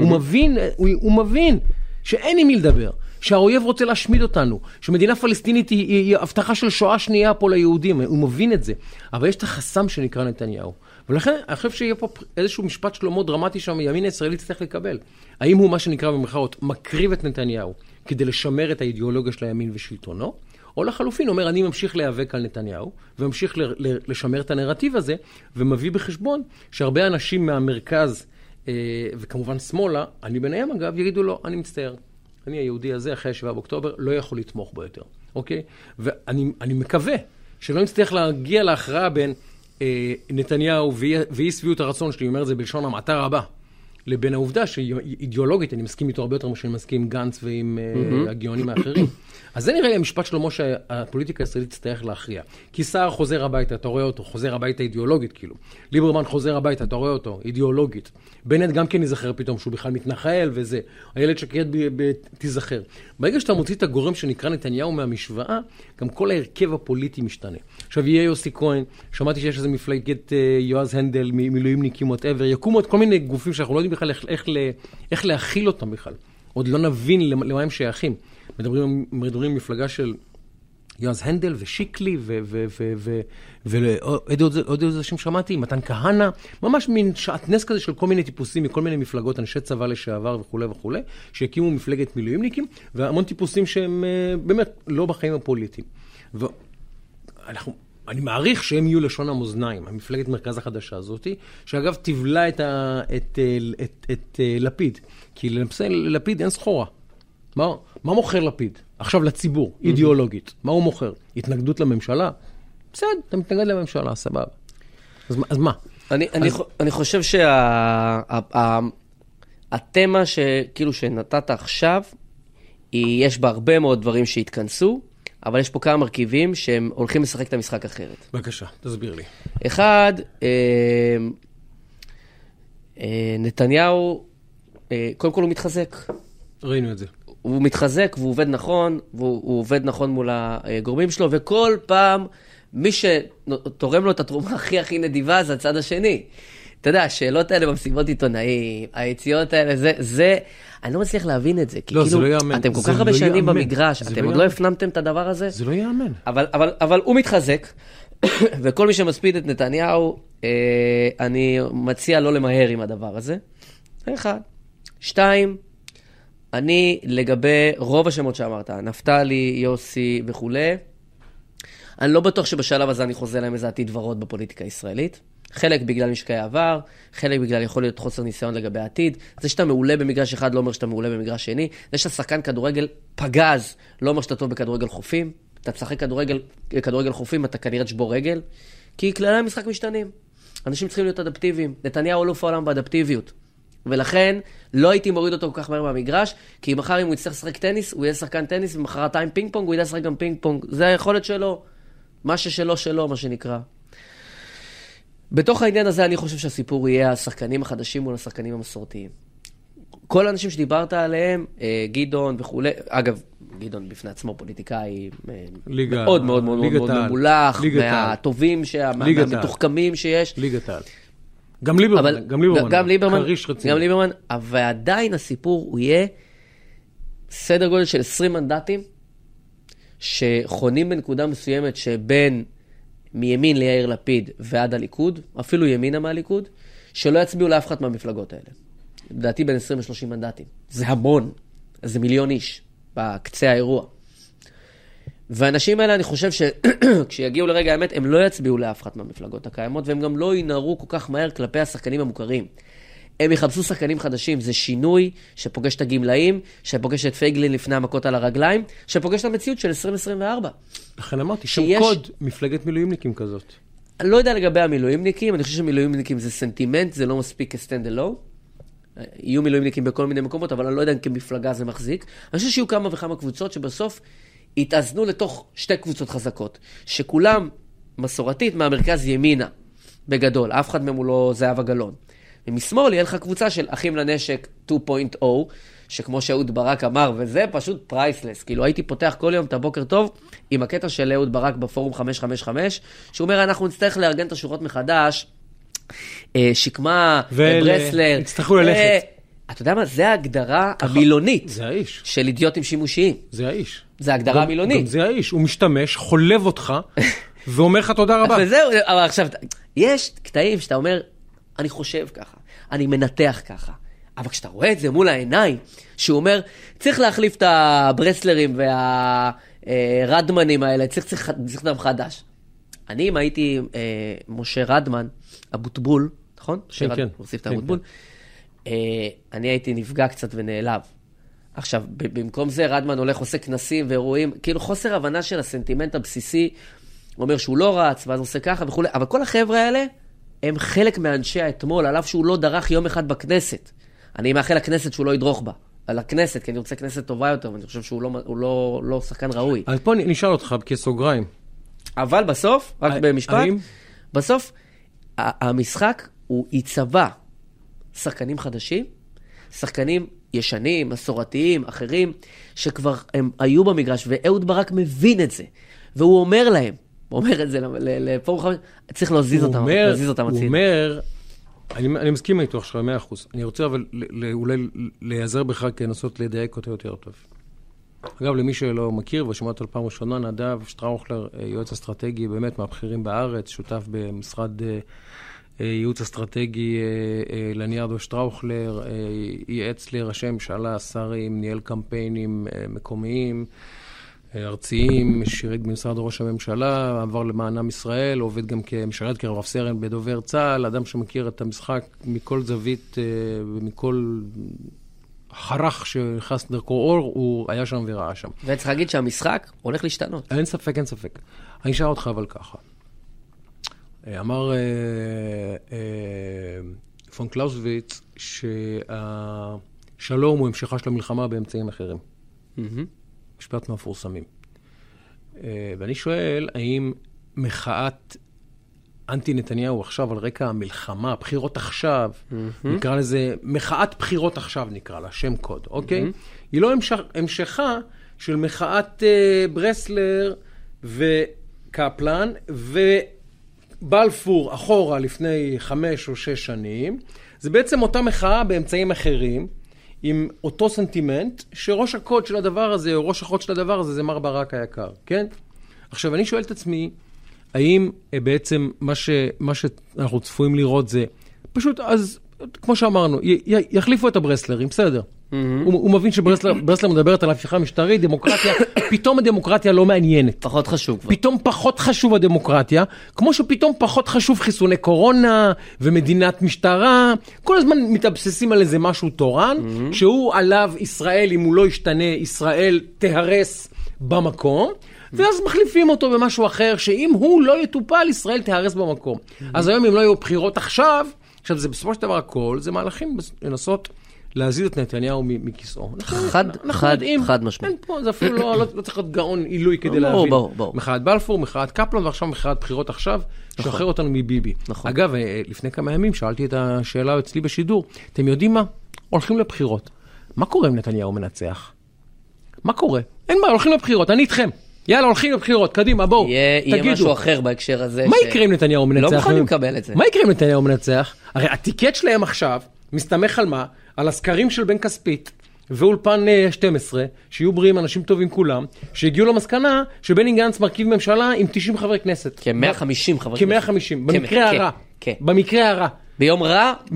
הוא מבין שאין עם מי לדבר. שהאויב רוצה להשמיד אותנו, שמדינה פלסטינית היא הבטחה של שואה שנייה פה ליהודים, הוא מבין את זה. אבל יש את החסם שנקרא נתניהו. ולכן אני חושב שיהיה פה איזשהו משפט שלמה דרמטי שהימין הישראלי צריך לקבל. האם הוא מה שנקרא במרכאות מקריב את נתניהו כדי לשמר את האידיאולוגיה של הימין ושלטונו, או לחלופין אומר אני ממשיך להיאבק על נתניהו, וממשיך לשמר את הנרטיב הזה, ומביא בחשבון שהרבה אנשים מהמרכז, וכמובן שמאלה, אני ביניהם אגב, יגידו לו, אני מצטער. אני היהודי הזה, אחרי 7 באוקטובר, לא יכול לתמוך בו יותר. אוקיי? ואני מקווה שלא נצטרך להגיע להכרעה בין נתניהו ואי שביעות הרצון שלי, אומר את זה בלשון המעטה רבה, לבין העובדה שאידיאולוגית, אני מסכים איתו הרבה יותר ממה שאני מסכים עם גנץ ועם הגאונים האחרים. אז זה נראה לי המשפט שלמה שהפוליטיקה הישראלית תצטרך להכריע. כי סער חוזר הביתה, אתה רואה אותו, חוזר הביתה אידיאולוגית כאילו. ליברמן חוזר הביתה, אתה רואה אותו, אידיאולוגית. בנט גם כן יזכר פתאום שהוא בכלל מתנחל וזה. הילד שקד תיזכר. ברגע שאתה מוציא את הגורם שנקרא נתניהו מהמשוואה, גם כל ההרכב הפוליטי משתנה. עכשיו יהיה יוסי כהן, שמעתי שיש איזה מפלגת יועז הנדל, מילואימניקים, whatever, יקומו את כל מיני גופים שאנחנו לא יודעים בכלל איך להכיל אותם בכלל. עוד לא נבין למה הם שייכים. מדברים מפלגה של יועז הנדל ושיקלי ועוד איזה שם שמעתי, מתן כהנא, ממש מין שעטנס כזה של כל מיני טיפוסים מכל מיני מפלגות, אנשי צבא לשעבר וכו' וכו', שהקימו מפלגת מילואימניקים, והמון טיפוסים שהם באמת לא בחיים הפוליטיים. אני מעריך שהם יהיו לשון המאזניים, המפלגת מרכז החדשה הזאת, שאגב תבלע את לפיד, כי לפיד אין סחורה. מה מוכר לפיד? עכשיו לציבור, אידיאולוגית. מה הוא מוכר? התנגדות לממשלה? בסדר, אתה מתנגד לממשלה, סבבה. אז מה? אני חושב שהתמה שכאילו שנתת עכשיו, יש בה הרבה מאוד דברים שהתכנסו, אבל יש פה כמה מרכיבים שהם הולכים לשחק את המשחק אחרת. בבקשה, תסביר לי. אחד, נתניהו, קודם כל הוא מתחזק. ראינו את זה. הוא מתחזק והוא עובד נכון, והוא עובד נכון מול הגורמים שלו, וכל פעם מי שתורם לו את התרומה הכי נדיבה זה הצד השני. אתה יודע, השאלות האלה במסיבות עיתונאים, היציאות האלה, זה, אני לא מצליח להבין את זה. כי לא, כאילו, זה לא יאמן. אתם כל כך הרבה שנים במגרש, אתם עוד לא הפנמתם את הדבר הזה? זה לא יאמן. אבל הוא מתחזק, וכל מי שמספיד את נתניהו, אני מציע לא למהר עם הדבר הזה. זה אחד. שתיים, אני לגבי רוב השמות שאמרת, נפתלי, יוסי וכו', אני לא בטוח שבשלב הזה אני חוזה להם איזה עתיד ורוד בפוליטיקה הישראלית. חלק בגלל משקעי העבר, חלק בגלל יכול להיות חוסר ניסיון לגבי העתיד. זה שאתה מעולה במגרש אחד לא אומר שאתה מעולה במגרש שני. זה שאתה שחקן כדורגל פגז לא אומר שאתה טוב בכדורגל חופים. אתה תשחק כדורגל חופים, אתה כנראה תשבור רגל. כי כללי המשחק משתנים. אנשים צריכים להיות אדפטיביים. נתניהו אלוף העולם באדפטיביות. ולכן לא הייתי מוריד אותו כל כך מהר מהמגרש, כי מחר אם הוא יצטרך לשחק טניס, הוא יהיה שחקן טניס, ומחרתיים פינג פונג, הוא ידע לשחק גם פינג פונג. זה היכולת שלו. מה ששלו, מה שנקרא. בתוך העניין הזה אני חושב שהסיפור יהיה השחקנים החדשים מול השחקנים המסורתיים. כל האנשים שדיברת עליהם, גדעון וכו', אגב, גדעון בפני עצמו פוליטיקאי מאוד מאוד מאוד מאוד ממולח, מהטובים, מהמתוחכמים שיש. ליגת העל. גם ליברמן. אבל עדיין הסיפור הוא יהיה סדר גודל של 20 מנדטים, שחונים בנקודה מסוימת שבין מימין ליאיר לפיד ועד הליכוד, אפילו ימינה מהליכוד, שלא יצביעו לאף אחת מהמפלגות האלה. לדעתי בין 20 ל-30 מנדטים. זה המון. זה מיליון איש בקצה האירוע. והאנשים האלה, אני חושב שכשיגיעו לרגע האמת, הם לא יצביעו לאף אחת מהמפלגות הקיימות, והם גם לא ינערו כל כך מהר כלפי השחקנים המוכרים. הם יחפשו שחקנים חדשים. זה שינוי שפוגש את הגמלאים, שפוגש את פייגלין לפני המכות על הרגליים, שפוגש את המציאות של 2024. לכן אמרתי, שם קוד מפלגת מילואימניקים כזאת. אני לא יודע לגבי המילואימניקים, אני חושב שמילואימניקים זה סנטימנט, זה לא מספיק כסטנד אלון. יהיו מילואימניקים בכל מיני מקומות, אבל אני לא יודע אם כמפלגה זה מחזיק. אני חושב שיהיו כמה וכמה קבוצות שבסוף יתאזנו לתוך שתי קבוצות חזקות, שכולם מסורתית מהמרכז ימינה, בגדול. אף אחד מהם הוא לא זהבה גלאון. ומשמאל יהיה לך קבוצה של אחים לנשק 2.0, שכמו שאהוד ברק אמר, וזה פשוט פרייסלס. כאילו הייתי פותח כל יום את הבוקר טוב עם הקטע של אהוד ברק בפורום 555, שהוא אומר, אנחנו נצטרך לארגן את השורות מחדש, שקמה, ברסלר. יצטרכו ללכת. אתה יודע מה? זה ההגדרה המילונית. זה האיש. של אידיוטים שימושיים. זה האיש. זה ההגדרה המילונית. גם זה האיש. הוא משתמש, חולב אותך, ואומר לך תודה רבה. וזהו, אבל עכשיו, יש קטעים שאתה אומר, אני חושב ככה, אני מנתח ככה. אבל כשאתה רואה את זה מול העיניים, שהוא אומר, צריך להחליף את הברסלרים והרדמנים האלה, צריך דם חדש. אני, אם הייתי משה רדמן, אבוטבול, נכון? כן. הוסיף את אבוטבול. אני הייתי נפגע קצת ונעלב. עכשיו, במקום זה, רדמן הולך, עושה כנסים ואירועים, כאילו חוסר הבנה של הסנטימנט הבסיסי, הוא אומר שהוא לא רץ, ואז עושה ככה וכו'. אבל כל החבר'ה האלה, הם חלק מאנשי האתמול, עליו שהוא לא דרך יום אחד בכנסת. אני מאחל לכנסת שהוא לא ידרוך בה. על הכנסת, כי אני רוצה כנסת טובה יותר, ואני חושב שהוא לא שחקן ראוי. אז פה נשאל אותך כסוגריים. אבל בסוף, רק במשפט, בסוף, המשחק הוא ייצבע שחקנים חדשים, שחקנים ישנים, מסורתיים, אחרים, שכבר הם היו במגרש, ואהוד ברק מבין את זה. והוא אומר להם, הוא אומר את זה לפורום 5, צריך להזיז אותם הצידה. הוא אומר, אני מסכים איתו עכשיו 100%. אני רוצה אבל אולי להיעזר בך כנסות לדייק אותו יותר טוב. אגב, למי שלא מכיר ושמעת על פעם ראשונה, נדב שטראוכלר, יועץ אסטרטגי באמת מהבכירים בארץ, שותף במשרד ייעוץ אסטרטגי לניארדו שטראוכלר, ייעץ לראשי ממשלה, שרים, ניהל קמפיינים מקומיים, ארציים, שירת במשרד ראש הממשלה, עבר למענם ישראל, עובד גם כמשרת כרב סרן בדובר צה"ל, אדם שמכיר את המשחק מכל זווית ומכל חרך שנכנס דרכו אור, הוא היה שם וראה שם. וצריך להגיד שהמשחק הולך להשתנות. אין ספק, אין ספק. אני אשאל אותך אבל ככה. אמר פון קלאוזוויץ שהשלום הוא המשכה של המלחמה באמצעים אחרים. משפט מהמפורסמים. ואני שואל, האם מחאת אנטי נתניהו עכשיו על רקע המלחמה, בחירות עכשיו, נקרא לזה, מחאת בחירות עכשיו נקרא לה, שם קוד, אוקיי? היא לא המשכה של מחאת ברסלר וקפלן ובלפור אחורה לפני 5 או 6 שנים. זה בעצם אותה מחאה באמצעים אחרים, עם אותו סנטימנט, שראש הקוד של הדבר הזה, או ראש החוד של הדבר הזה, זה מר ברק היקר, כן? עכשיו, אני שואל את עצמי, האם בעצם מה שאנחנו צפויים לראות זה, פשוט אז, כמו שאמרנו, יחליפו את הברסלרים, בסדר. הוא מבין שברסלר מדברת על הפיכה משטרית, דמוקרטיה, פתאום הדמוקרטיה לא מעניינת. פחות חשוב. פתאום פחות חשוב הדמוקרטיה, כמו שפתאום פחות חשוב חיסוני קורונה ומדינת משטרה, כל הזמן מתאבססים על איזה משהו תורן, שהוא עליו ישראל, אם הוא לא ישתנה, ישראל תהרס במקום, ואז מחליפים אותו במשהו אחר, שאם הוא לא יטופל, ישראל תהרס במקום. אז היום אם לא יהיו בחירות עכשיו זה בסופו של דבר הכל, זה מהלכים לנסות להזיז את נתניהו מכיסאו. חד משמעית. אין פה, זה אפילו לא צריך להיות גאון עילוי כדי להבין. מחאת בלפור, מחאת קפלן, ועכשיו מחאת בחירות עכשיו, שחרר אותנו מביבי. אגב, לפני כמה ימים שאלתי את השאלה אצלי בשידור, אתם יודעים מה? הולכים לבחירות. מה קורה אם נתניהו מנצח? מה קורה? אין מה, הולכים לבחירות, אני איתכם. יאללה, הולכים לבחירות, קדימה, בואו, תגידו. יהיה משהו אחר בהקשר הזה. מה יקרה אם נתניהו מנצח? לא מוכנים לקבל את זה. מה יקרה אם נתניהו מנצח? הרי הטיקט שלהם עכשיו מסתמך על מה? על הסקרים של בן כספית ואולפן 12, שיהיו בריאים אנשים טובים כולם, שהגיעו למסקנה שבני גנץ מרכיב ממשלה עם 90 חברי כנסת. כ-150 חברי כנסת. כ-150, במקרה הרע. במקרה הרע. ביום רע, 180-200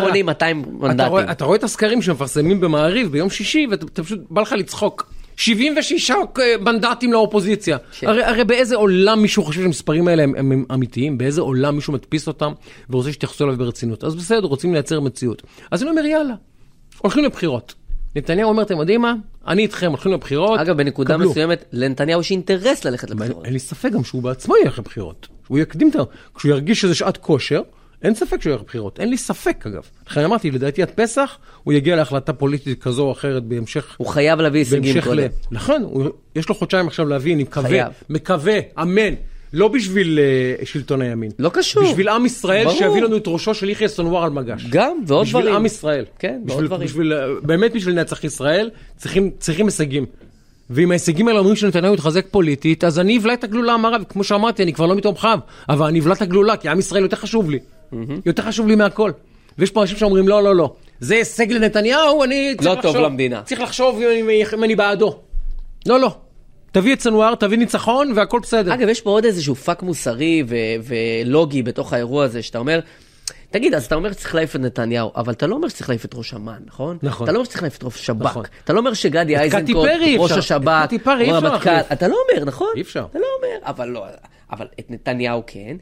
מנדטים. אתה רואה את הסקרים שמפרסמים במעריב ביום שישי, ואתה פשוט בא לך לצחוק. 76 מנדטים לאופוזיציה. הרי באיזה עולם מישהו חושב שהמספרים האלה הם אמיתיים? באיזה עולם מישהו מדפיס אותם ורוצה שתייחסו אליו ברצינות? אז בסדר, רוצים לייצר מציאות. אז אני אומר, יאללה, הולכים לבחירות. נתניהו אומר, אתם יודעים מה? אני איתכם, הולכים לבחירות. אגב, בנקודה מסוימת, לנתניהו יש אינטרס ללכת לבחירות. אין לי ספק גם שהוא בעצמו ילך לבחירות. הוא יקדים את זה. כשהוא ירגיש שזה שעת כושר, אין ספק שהוא ילך לבחירות. אין לי ספק, אגב. לכן אמרתי, לדעתי עד פסח, הוא יגיע להחלטה פוליטית כזו או אחרת בהמשך. הוא חייב להביא הישגים קודם. נכון, יש לו חודשיים עכשיו להביא, אני מקווה, אמן. לא בשביל שלטון הימין. לא קשור. בשביל עם ישראל שיביא לנו את ראשו של יחיא סנוואר על מגש. גם, ועוד דברים. בשביל עם ישראל. כן, ועוד דברים. באמת בשביל נצח ישראל, צריכים הישגים. ואם ההישגים האלה אומרים שנתניהו יתחזק פוליטית, אז אני אבלע את הגלולה המערבית. כמו שאמרתי, אני כבר לא מתומכיו, אבל אני אבלע את הגלולה, כי עם ישראל יותר חשוב לי. יותר חשוב לי מהכל. ויש פה אנשים שאומרים, לא. זה הישג לנתניהו, אני לא טוב למדינה. צריך לחשוב אם אני בעדו. לא. תביא את סנואר, תביא ניצחון, והכל בסדר. אגב, יש פה עוד איזשהו פאק מוסרי ולוגי בתוך האירוע הזה, שאתה אומר, תגיד, אז אתה אומר שצריך להעיף את נתניהו, אבל אתה לא אומר שצריך להעיף את ראש אמ"ן, נכון? נכון. אתה לא אומר שצריך להעיף את ראש שב"כ. אתה לא אומר שגדי איזנקוט, ראש השב"כ, רמטכ"ל, אתה לא אומר, נכון? אי אפשר. אתה לא אומר, אבל את נתניהו כן,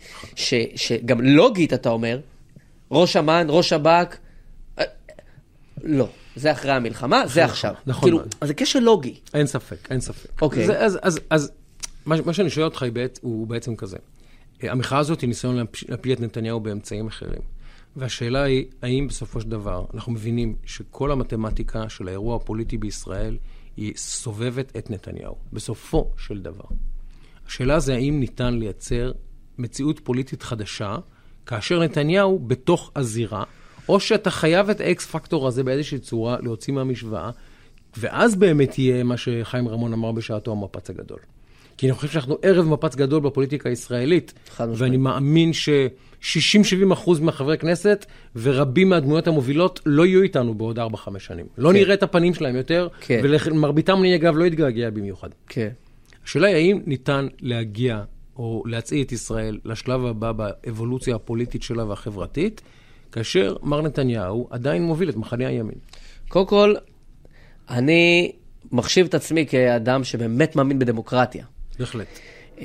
שגם לוגית אתה אומר, ראש אמ"ן, ראש שב"כ, לא. זה אחרי המלחמה, זה עכשיו. נכון. כאילו, אז זה קשר לוגי. אין ספק. אוקיי. אז מה שאני שואל אותך הוא בעצם כזה. המחאה הזאת היא ניסיון להפיל את נתניהו באמצעים אחרים. והשאלה היא, האם בסופו של דבר אנחנו מבינים שכל המתמטיקה של האירוע הפוליטי בישראל היא סובבת את נתניהו. בסופו של דבר. השאלה זה האם ניתן לייצר מציאות פוליטית חדשה, כאשר נתניהו בתוך הזירה, או שאתה חייב את האקס פקטור הזה באיזושהי צורה להוציא מהמשוואה, ואז באמת יהיה מה שחיים רמון אמר בשעתו המפץ הגדול. כי אני חושב שאנחנו ערב מפץ גדול בפוליטיקה הישראלית, ואני מאמין ש60-70% מהחברי כנסת ורבים מהדמויות המובילות לא יהיו איתנו בעוד 4-5 שנים. לא נראה את הפנים שלהם יותר, ולמרביתם אני אגב לא יתגעגע במיוחד. השאלה היא האם ניתן להגיע או להצעיד את ישראל לשלב הבא באבולוציה הפוליטית שלה והחברתית, כאשר מר נתניהו עדיין מוביל את מחנה הימין. קודם כל, אני מחשיב את עצמי כאדם שבאמת מאמין בדמוקרטיה. בהחלט.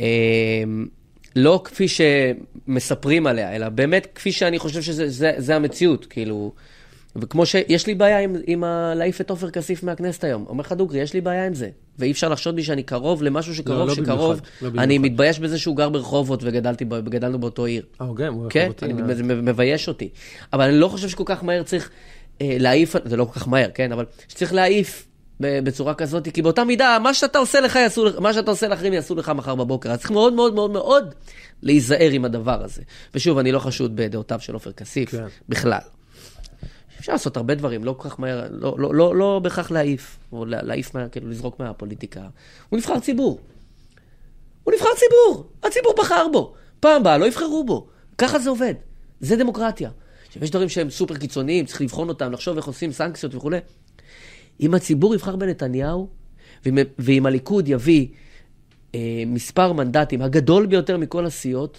לא כפי שמספרים עליה, אלא באמת כפי שאני חושב שזה המציאות. כאילו, וכמו שיש לי בעיה עם להעיף את עופר כסיף מהכנסת היום. אומר לך דוגרי, יש לי בעיה עם זה. ואי אפשר לחשוד בי שאני קרוב למשהו שקרוב, שקרוב. אני מתבייש בזה שהוא גר ברחובות וגדלנו באותו עיר. כן, אני מבייש אותי. אבל אני לא חושב שכל כך מהר צריך להעיף, זה לא כל כך מהר, כן, אבל שצריך להעיף בצורה כזאת, כי באותה מידה, מה שאתה עושה לך, מה שאתה עושה לאחרים יעשו לך מחר בבוקר. אז צריך מאוד מאוד מאוד מאוד להיזהר עם הדבר הזה. ושוב, אני לא חשוד בדעותיו של עופר כסיף, בכלל. אפשר לעשות הרבה דברים, לא כל כך מהר, לא בכך להעיף, או להעיף, כאילו לזרוק מהפוליטיקה. הוא נבחר ציבור. הוא נבחר ציבור. הציבור בחר בו. פעם באה, לא יבחרו בו. ככה זה עובד. זה דמוקרטיה. יש דברים שהם סופר קיצוניים, צריך לבחון אותם, לחשוב איך עושים סנקציות וכו'. אם הציבור יבחר בנתניהו, ואם הליכוד יביא מספר מנדטים, הגדול ביותר מכל הסיעות,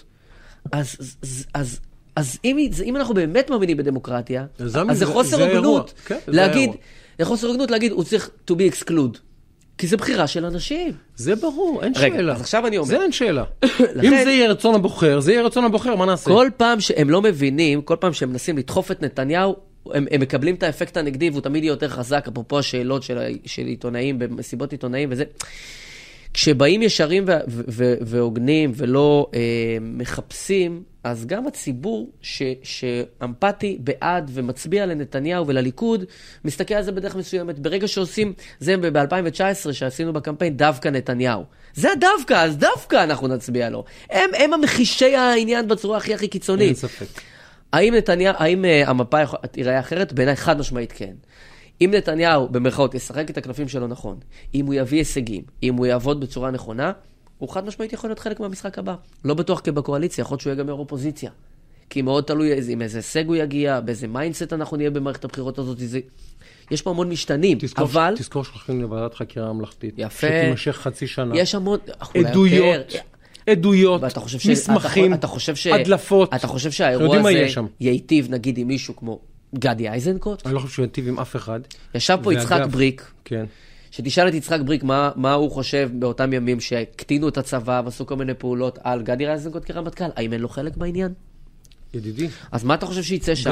אז אם אנחנו באמת מאמינים בדמוקרטיה, אז זה חוסר הוגנות להגיד, הוא צריך to be exclude. כי זה בחירה של אנשים. זה ברור, אין שאלה. רגע, אז עכשיו אני אומר. זה אין שאלה. אם זה יהיה רצון הבוחר, זה יהיה רצון הבוחר, מה נעשה? כל פעם שהם לא מבינים, כל פעם שהם מנסים לדחוף את נתניהו, הם מקבלים את האפקט הנגדי, והוא תמיד יהיה יותר חזק, אפרופו השאלות של עיתונאים, במסיבות עיתונאים וזה. כשבאים ישרים והוגנים ולא מחפשים, אז גם הציבור שאמפתי בעד ומצביע לנתניהו ולליכוד, מסתכל על זה בדרך מסוימת. ברגע שעושים, זה ב-2019 שעשינו בקמפיין, דווקא נתניהו. זה דווקא, אז דווקא אנחנו נצביע לו. הם המחישי העניין בצורה הכי קיצונית. אין ספק. האם המפה תיראה אחרת? בעיניי חד משמעית כן. אם נתניהו במרכאות ישחק את הכנפים שלו נכון, אם הוא יביא הישגים, אם הוא יעבוד בצורה נכונה, הוא חד משמעית יכול להיות חלק מהמשחק הבא. לא בטוח כבקואליציה, יכול להיות שהוא יהיה גם יו"ר אופוזיציה. כי מאוד תלוי עם איזה הישג הוא יגיע, באיזה מיינדסט אנחנו נהיה במערכת הבחירות הזאת. יש פה המון משתנים, אבל... תזכור שהולכים לוועדת חקירה ממלכתית. יפה. שתימשך חצי שנה. יש המון... עדויות, מסמכים, הדלפות. אתה חושב שהאירוע הזה ייטיב, נגיד, עם מישהו כמו גדי איזנקוט? אני לא חושב שהוא ייטיב עם אף אחד. ישב פה יצחק בריק, כן. שתשאל את יצחק בריק מה הוא חושב באותם ימים שהקטינו את הצבא ועשו כל מיני פעולות על גדי איזנקוט כרמטכ"ל. האם אין לו חלק בעניין? ידידי. אז מה אתה חושב שיצא שם?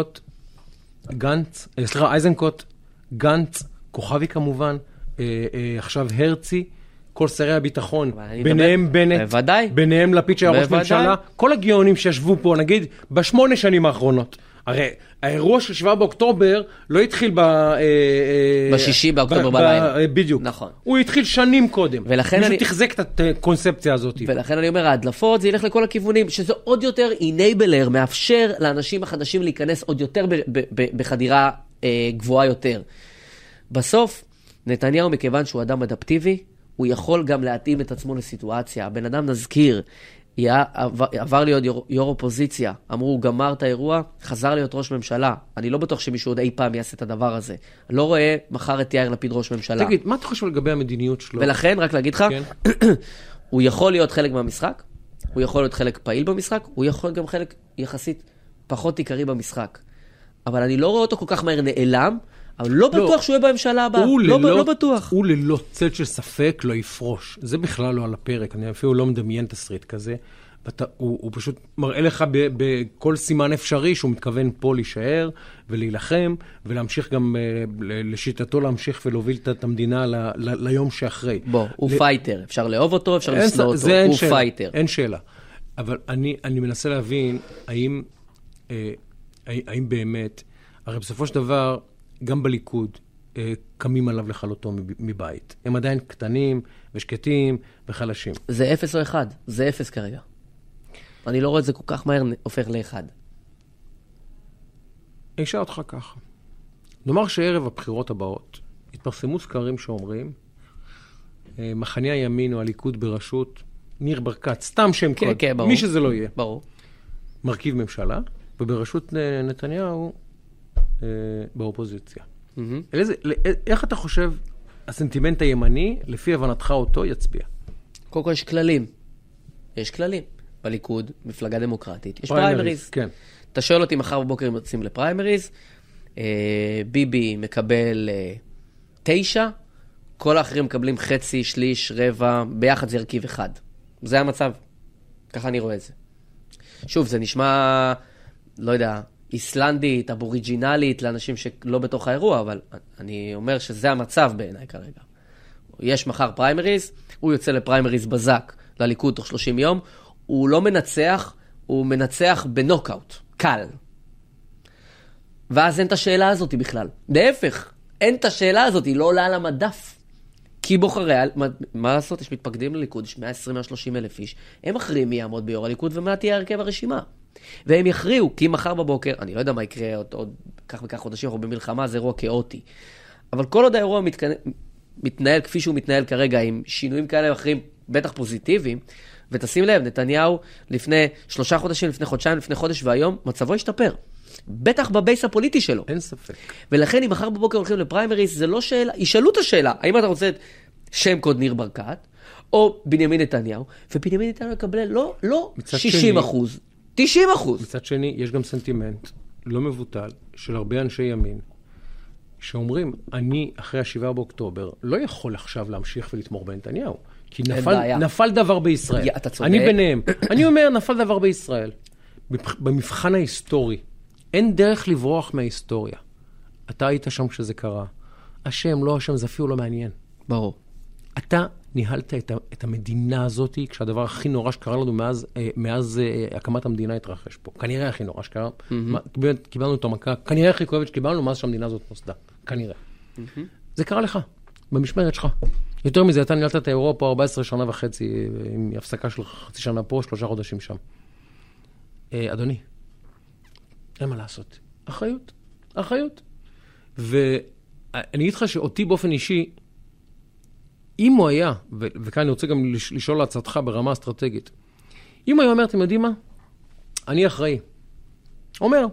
איזנקוט, גנץ, כוכבי כמובן, עכשיו הרצי, כל שרי הביטחון, ביניהם בנט, ביניהם לפיד שהיה ראש ממשלה, כל הגאונים שישבו פה, נגיד, ב8 שנים האחרונות. הרי האירוע של 7 באוקטובר לא התחיל בשישי באוקטובר בלילה. בדיוק. נכון. הוא התחיל שנים קודם. מישהו תחזק את הקונספציה הזאת. ולכן אני אומר, ההדלפות זה ילך לכל הכיוונים, שזה עוד יותר enabler, מאפשר לאנשים החדשים להיכנס עוד יותר בחדירה גבוהה יותר. בסוף, נתניהו מכיוון שהוא אדם אדפטיבי, הוא יכול גם להתאים את עצמו לסיטואציה. הבן אדם נזכיר, עבר להיות יו"ר אופוזיציה, אמרו, הוא גמר את האירוע, חזר להיות ראש ממשלה. אני לא בטוח שמישהו עוד אי פעם יעשה את הדבר הזה. אני לא רואה מחר את יאיר לפיד ראש ממשלה. תגיד, מה אתה חושב לגבי המדיניות שלו? ולכן, רק להגיד לך, הוא יכול להיות חלק מהמשחק, הוא יכול להיות חלק פעיל במשחק, הוא יכול להיות גם חלק יחסית פחות עיקרי במשחק. אבל אני לא רואה אותו כל כך מהר נעלם, אבל לא בטוח שהוא יהיה בממשלה הבאה. לא בטוח. הוא ללא צל של ספק לא יפרוש. זה בכלל לא על הפרק. אני אפילו לא מדמיין תסריט כזה. הוא פשוט מראה לך בכל סימן אפשרי שהוא מתכוון פה להישאר ולהילחם, ולהמשיך גם לשיטתו להמשיך ולהוביל את המדינה ליום שאחרי. בוא, הוא פייטר. אפשר לאהוב אותו, אפשר לשנוא אותו. הוא פייטר. אין שאלה. אבל אני מנסה להבין האם באמת, הרי בסופו של דבר, גם בליכוד קמים עליו לכלותו מבית. הם עדיין קטנים ושקטים וחלשים. זה 0 או 1. זה 0 כרגע. אני לא רואה את זה כל כך מהר הופך ל1. אני אשאל אותך ככה. נאמר שערב הבחירות הבאות התפרסמו סקרים שאומרים מחנה הימין או הליכוד בראשות ניר ברקת, סתם שם קוד, מי שזה לא יהיה. ברור. מרכיב ממשלה, ובראשות נתניהו באופוזיציה. איך אתה חושב הסנטימנט הימני, לפי הבנתך אותו, יצביע? קודם כל יש כללים. יש כללים. בליכוד, מפלגה דמוקרטית. יש פריימריז. כן. אתה שואל אותי מחר בבוקר אם יוצאים לפריימריז, ביבי מקבל 9, כל האחרים מקבלים חצי, שליש, רבע, ביחד זה הרכיב 1. זה המצב. ככה אני רואה את זה. שוב, זה נשמע, לא יודע, איסלנדית, אבוריג'ינלית, לאנשים שלא בתוך האירוע, אבל אני אומר שזה המצב בעיניי כרגע. יש מחר פריימריז, הוא יוצא לפריימריז בזק לליכוד תוך 30 יום, הוא לא מנצח, הוא מנצח בנוקאוט, קל. ואז אין את השאלה הזאת בכלל. להפך, אין את השאלה הזאת, היא לא עולה על המדף. כי בוחרי, מה לעשות? יש מתפקדים לליכוד, יש 120-130 אלף איש, הם מכריעים מי יעמוד ביור הליכוד ומה תהיה הרכב הרשימה. והם יכריעו, כי מחר בבוקר, אני לא יודע מה יקרה עוד כך וכך חודשים, אנחנו במלחמה, זה אירוע כאוטי. אבל כל עוד האירוע מתנהל כפי שהוא מתנהל כרגע, עם שינויים כאלה ואחרים, בטח פוזיטיביים, ותשים לב, נתניהו לפני 3 חודשים, לפני חודשיים, לפני חודש והיום, מצבו ישתפר. בטח בבייס הפוליטי שלו. אין ספק. ולכן אם מחר בבוקר הולכים לפריימריס, זה לא שאלה, ישאלו את השאלה, האם אתה רוצה את שם קוד ניר ברקת, או בנימין נתניהו, ובנימין נתניהו יקבל לא 60%, 90%. מצד שני, יש גם סנטימנט לא מבוטל של הרבה אנשי ימין, שאומרים, אני אחרי ה7 באוקטובר, לא יכול עכשיו להמשיך ולתמור בנתניהו, כי נפל דבר בישראל. אני ביניהם. אני אומר, נפל דבר בישראל. במבחן ההיסטורי, אין דרך לברוח מההיסטוריה. אתה היית שם כשזה קרה. השם, לא השם, זה אפילו לא מעניין. ברור. אתה ניהלת את המדינה הזאת, כשהדבר הכי נורא שקרה לנו מאז הקמת המדינה התרחש פה. כנראה הכי נורא שקרה. קיבלנו את המכה, כנראה הכי כואבת שקיבלנו מאז שהמדינה הזאת נוסדה. כנראה. זה קרה לך, במשמרת שלך. יותר מזה, אתה ניהלת את האירוע פה 14 שנה וחצי, עם הפסקה של חצי שנה פה, 3 חודשים שם. אדוני, אין מה לעשות. אחריות. ואני אגיד לך שאותי באופן אישי, אם הוא היה, וכאן אני רוצה גם לשאול להצעתך ברמה אסטרטגית, אם הוא היה אומר, אתם יודעים מה? אני אחראי. אומר,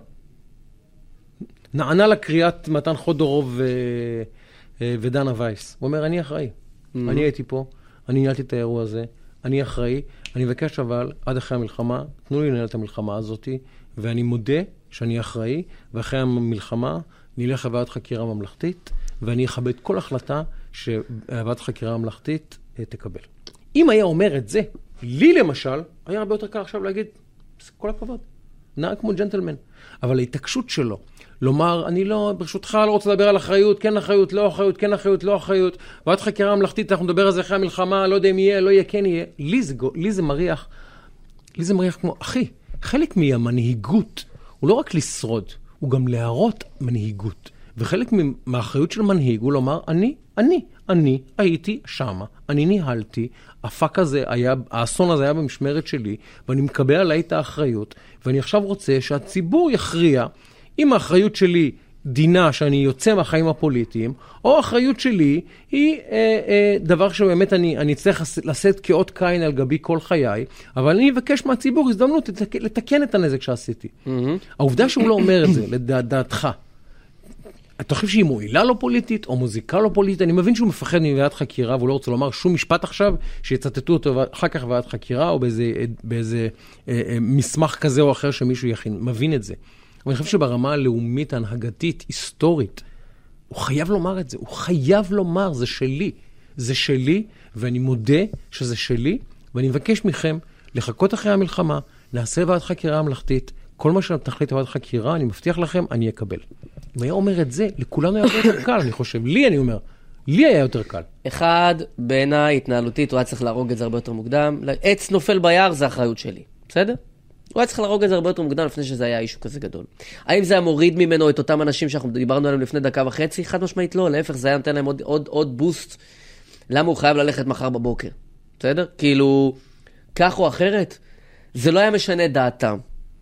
נענה לקריאת מתן חודורוב ודנה וייס. הוא אומר, אני אחראי. אני הייתי פה, אני ניהלתי את האירוע הזה, אני אחראי, אני מבקש אבל, עד אחרי המלחמה, תנו לי לנהל את המלחמה הזאת, ואני מודה שאני אחראי, ואחרי המלחמה נלך לוועדת חקירה ממלכתית, ואני אכבד כל החלטה שוועדת חקירה ממלכתית תקבל. אם היה אומר את זה, לי למשל, היה הרבה יותר קל עכשיו להגיד, כל הכבוד, נהג כמו ג'נטלמן. אבל ההתעקשות שלו, לומר, אני לא, ברשותך לא רוצה לדבר על אחריות, כן אחריות, לא אחריות, כן אחריות, לא אחריות, ועדת חקירה ממלכתית, אנחנו נדבר על זה אחרי המלחמה, לא יודע אם יהיה, לא יהיה, כן יהיה. לי זה מריח כמו, אחי, חלק מהמנהיגות הוא לא רק לשרוד, הוא גם להראות מנהיגות. וחלק מהאחריות של מנהיג הוא לומר, אני הייתי שמה, אני ניהלתי, האסון הזה היה במשמרת שלי, ואני מקבל עליי את האחריות, ואני עכשיו רוצה שהציבור יכריע, אם האחריות שלי דינה שאני יוצא מהחיים הפוליטיים, או האחריות שלי היא דבר שבאמת אני צריך לשאת כאות קין על גבי כל חיי, אבל אני אבקש מהציבור הזדמנות לתקן את הנזק שעשיתי. העובדה שהוא לא אומר את זה, לדעתך, אתה חושב שהיא מועילה לא פוליטית, או מוזיקה לא פוליטית? אני מבין שהוא מפחד מוועדת חקירה, והוא לא רוצה לומר שום משפט עכשיו, שיצטטו אותו אחר כך בוועדת חקירה, או באיזה מסמך כזה או אחר שמישהו יכין. מבין את זה. אבל אני חושב שברמה הלאומית, ההנהגתית, היסטורית, הוא חייב לומר את זה. הוא חייב לומר, זה שלי, ואני מודה שזה שלי, ואני מבקש מכם לחכות אחרי המלחמה, נעשה ועדת חקירה ממלכתית, כל מה שתחליט ועדת חקירה, אני מבטיח לכם, אני אקבל. אם היה אומר את זה, לכולנו היה יותר קל, אני חושב. לי היה יותר קל. אחד, בעיניי, התנהלותית, הוא היה צריך להרוג את זה הרבה יותר מוקדם. עץ נופל ביער, זה האחריות שלי. בסדר? הוא היה צריך להרוג את זה הרבה יותר מוקדם, לפני שזה היה אישו כזה גדול. האם זה היה מוריד ממנו את אותם אנשים שאנחנו דיברנו עליהם לפני 1.5 דקות? חד משמעית לא, להפך, זה היה נותן להם עוד בוסט. למה הוא חייב ללכת מחר בבוקר? בסדר? כאילו, כך או אחרת, זה לא היה משנה דעתם.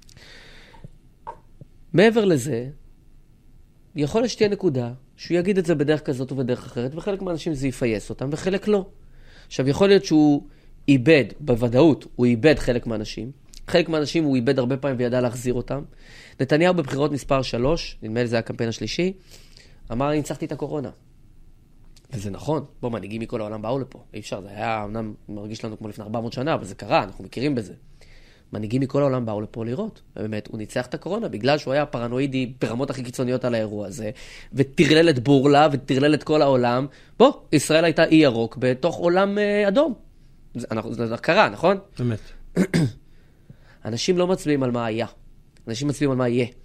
מעבר לזה, יכול להיות שתהיה נקודה שהוא יגיד את זה בדרך כזאת ובדרך אחרת, וחלק מהאנשים זה יפייס אותם, וחלק לא. עכשיו, יכול להיות שהוא איבד, בוודאות, הוא איבד חלק מהאנשים. חלק מהאנשים הוא איבד הרבה פעמים וידע להחזיר אותם. נתניהו בבחירות מספר 3, נדמה לי זה הקמפיין השלישי, אמר, אני ניצחתי את הקורונה. וזה נכון, בוא, מנהיגים מכל העולם באו לפה. אי אפשר, זה היה, אמנם מרגיש לנו כמו לפני 400 שנה, אבל זה קרה, אנחנו מכירים בזה. מנהיגים מכל העולם באו לפה לראות. ובאמת, הוא ניצח את הקורונה, בגלל שהוא היה פרנואידי ברמות הכי קיצוניות על האירוע הזה, וטרלל את בורלה, וטרלל את כל העולם. בוא, ישראל הייתה אי ירוק בתוך עולם אדום. זה קרה, נכון? באמת. אנשים לא מצביעים על מה היה. אנשים מצביעים על מה יהיה.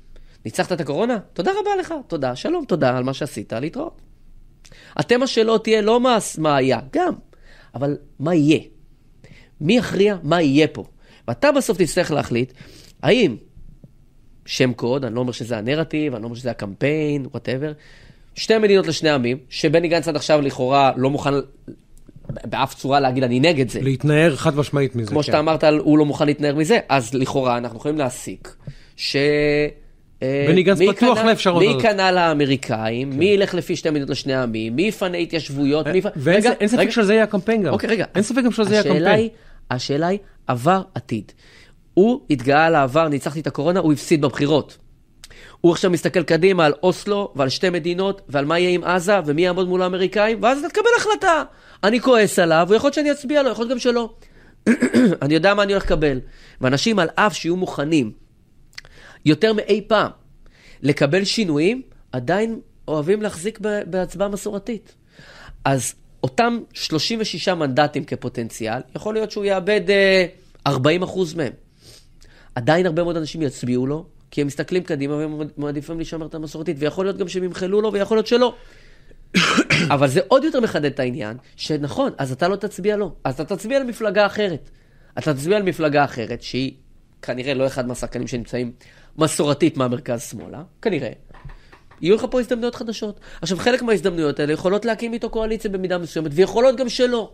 ניצחת את הקורונה? תודה רבה לך, תודה, שלום, תודה על מה שעשית, להתראות. התמה שלו תהיה לא מה היה, גם, אבל מה יהיה? מי יכריע? מה יהיה פה? ואתה בסוף תצטרך להחליט, האם שם קוד, אני לא אומר שזה הנרטיב, אני לא אומר שזה הקמפיין, whatever, שתי מדינות לשני עמים, שבני גנץ עד עכשיו לכאורה לא מוכן באף צורה להגיד, אני נגד זה. להתנער חד משמעית מזה. כמו שאתה אמרת, הוא לא מוכן להתנער מזה, אז לכאורה אנחנו יכולים להסיק בני גנץ פתוח לאפשרות. מי יקנה לאמריקאים, מי ילך לפי שתי מדינות לשני עמים, מי יפנה התיישבויות, ואין ספק שזה יהיה הקמפיין גם. אוקיי, רגע. אין ספק גם שזה יהיה הקמפיין. השאלה היא, עבר עתיד. הוא התגאה על העבר, ניצחתי את הקורונה, הוא הפסיד בבחירות. הוא עכשיו מסתכל קדימה על אוסלו ועל שתי מדינות, ועל מה יהיה עם עזה, ומי יעמוד מול האמריקאים, ואז אתה תקבל החלטה. אני כועס עליו, ויכול להיות שאני אצביע לו, יכול להיות גם שלא. אני יודע מה אני הולך לקבל. ואנשים על אף שיהיו מוכנים, יותר מאי פעם, לקבל שינויים, עדיין אוהבים להחזיק בהצבעה מסורתית. אז אותם 36 מנדטים כפוטנציאל, יכול להיות שהוא יאבד 40% מהם. עדיין הרבה מאוד אנשים יצביעו לו, כי הם מסתכלים קדימה והם מעדיפים להישמר את המסורתית, ויכול להיות גם שהם ימחלו לו, ויכול להיות שלא. אבל זה עוד יותר מחדד את העניין, שנכון, אז אתה לא תצביע לו. אז אתה תצביע על מפלגה אחרת. אתה תצביע על מפלגה אחרת, שהיא כנראה לא אחד מהשחקנים שנמצאים מסורתית מהמרכז שמאלה, כנראה. יהיו לך פה הזדמנויות חדשות. עכשיו, חלק מההזדמנויות האלה יכולות להקים איתו קואליציה במידה מסוימת, ויכולות גם שלא.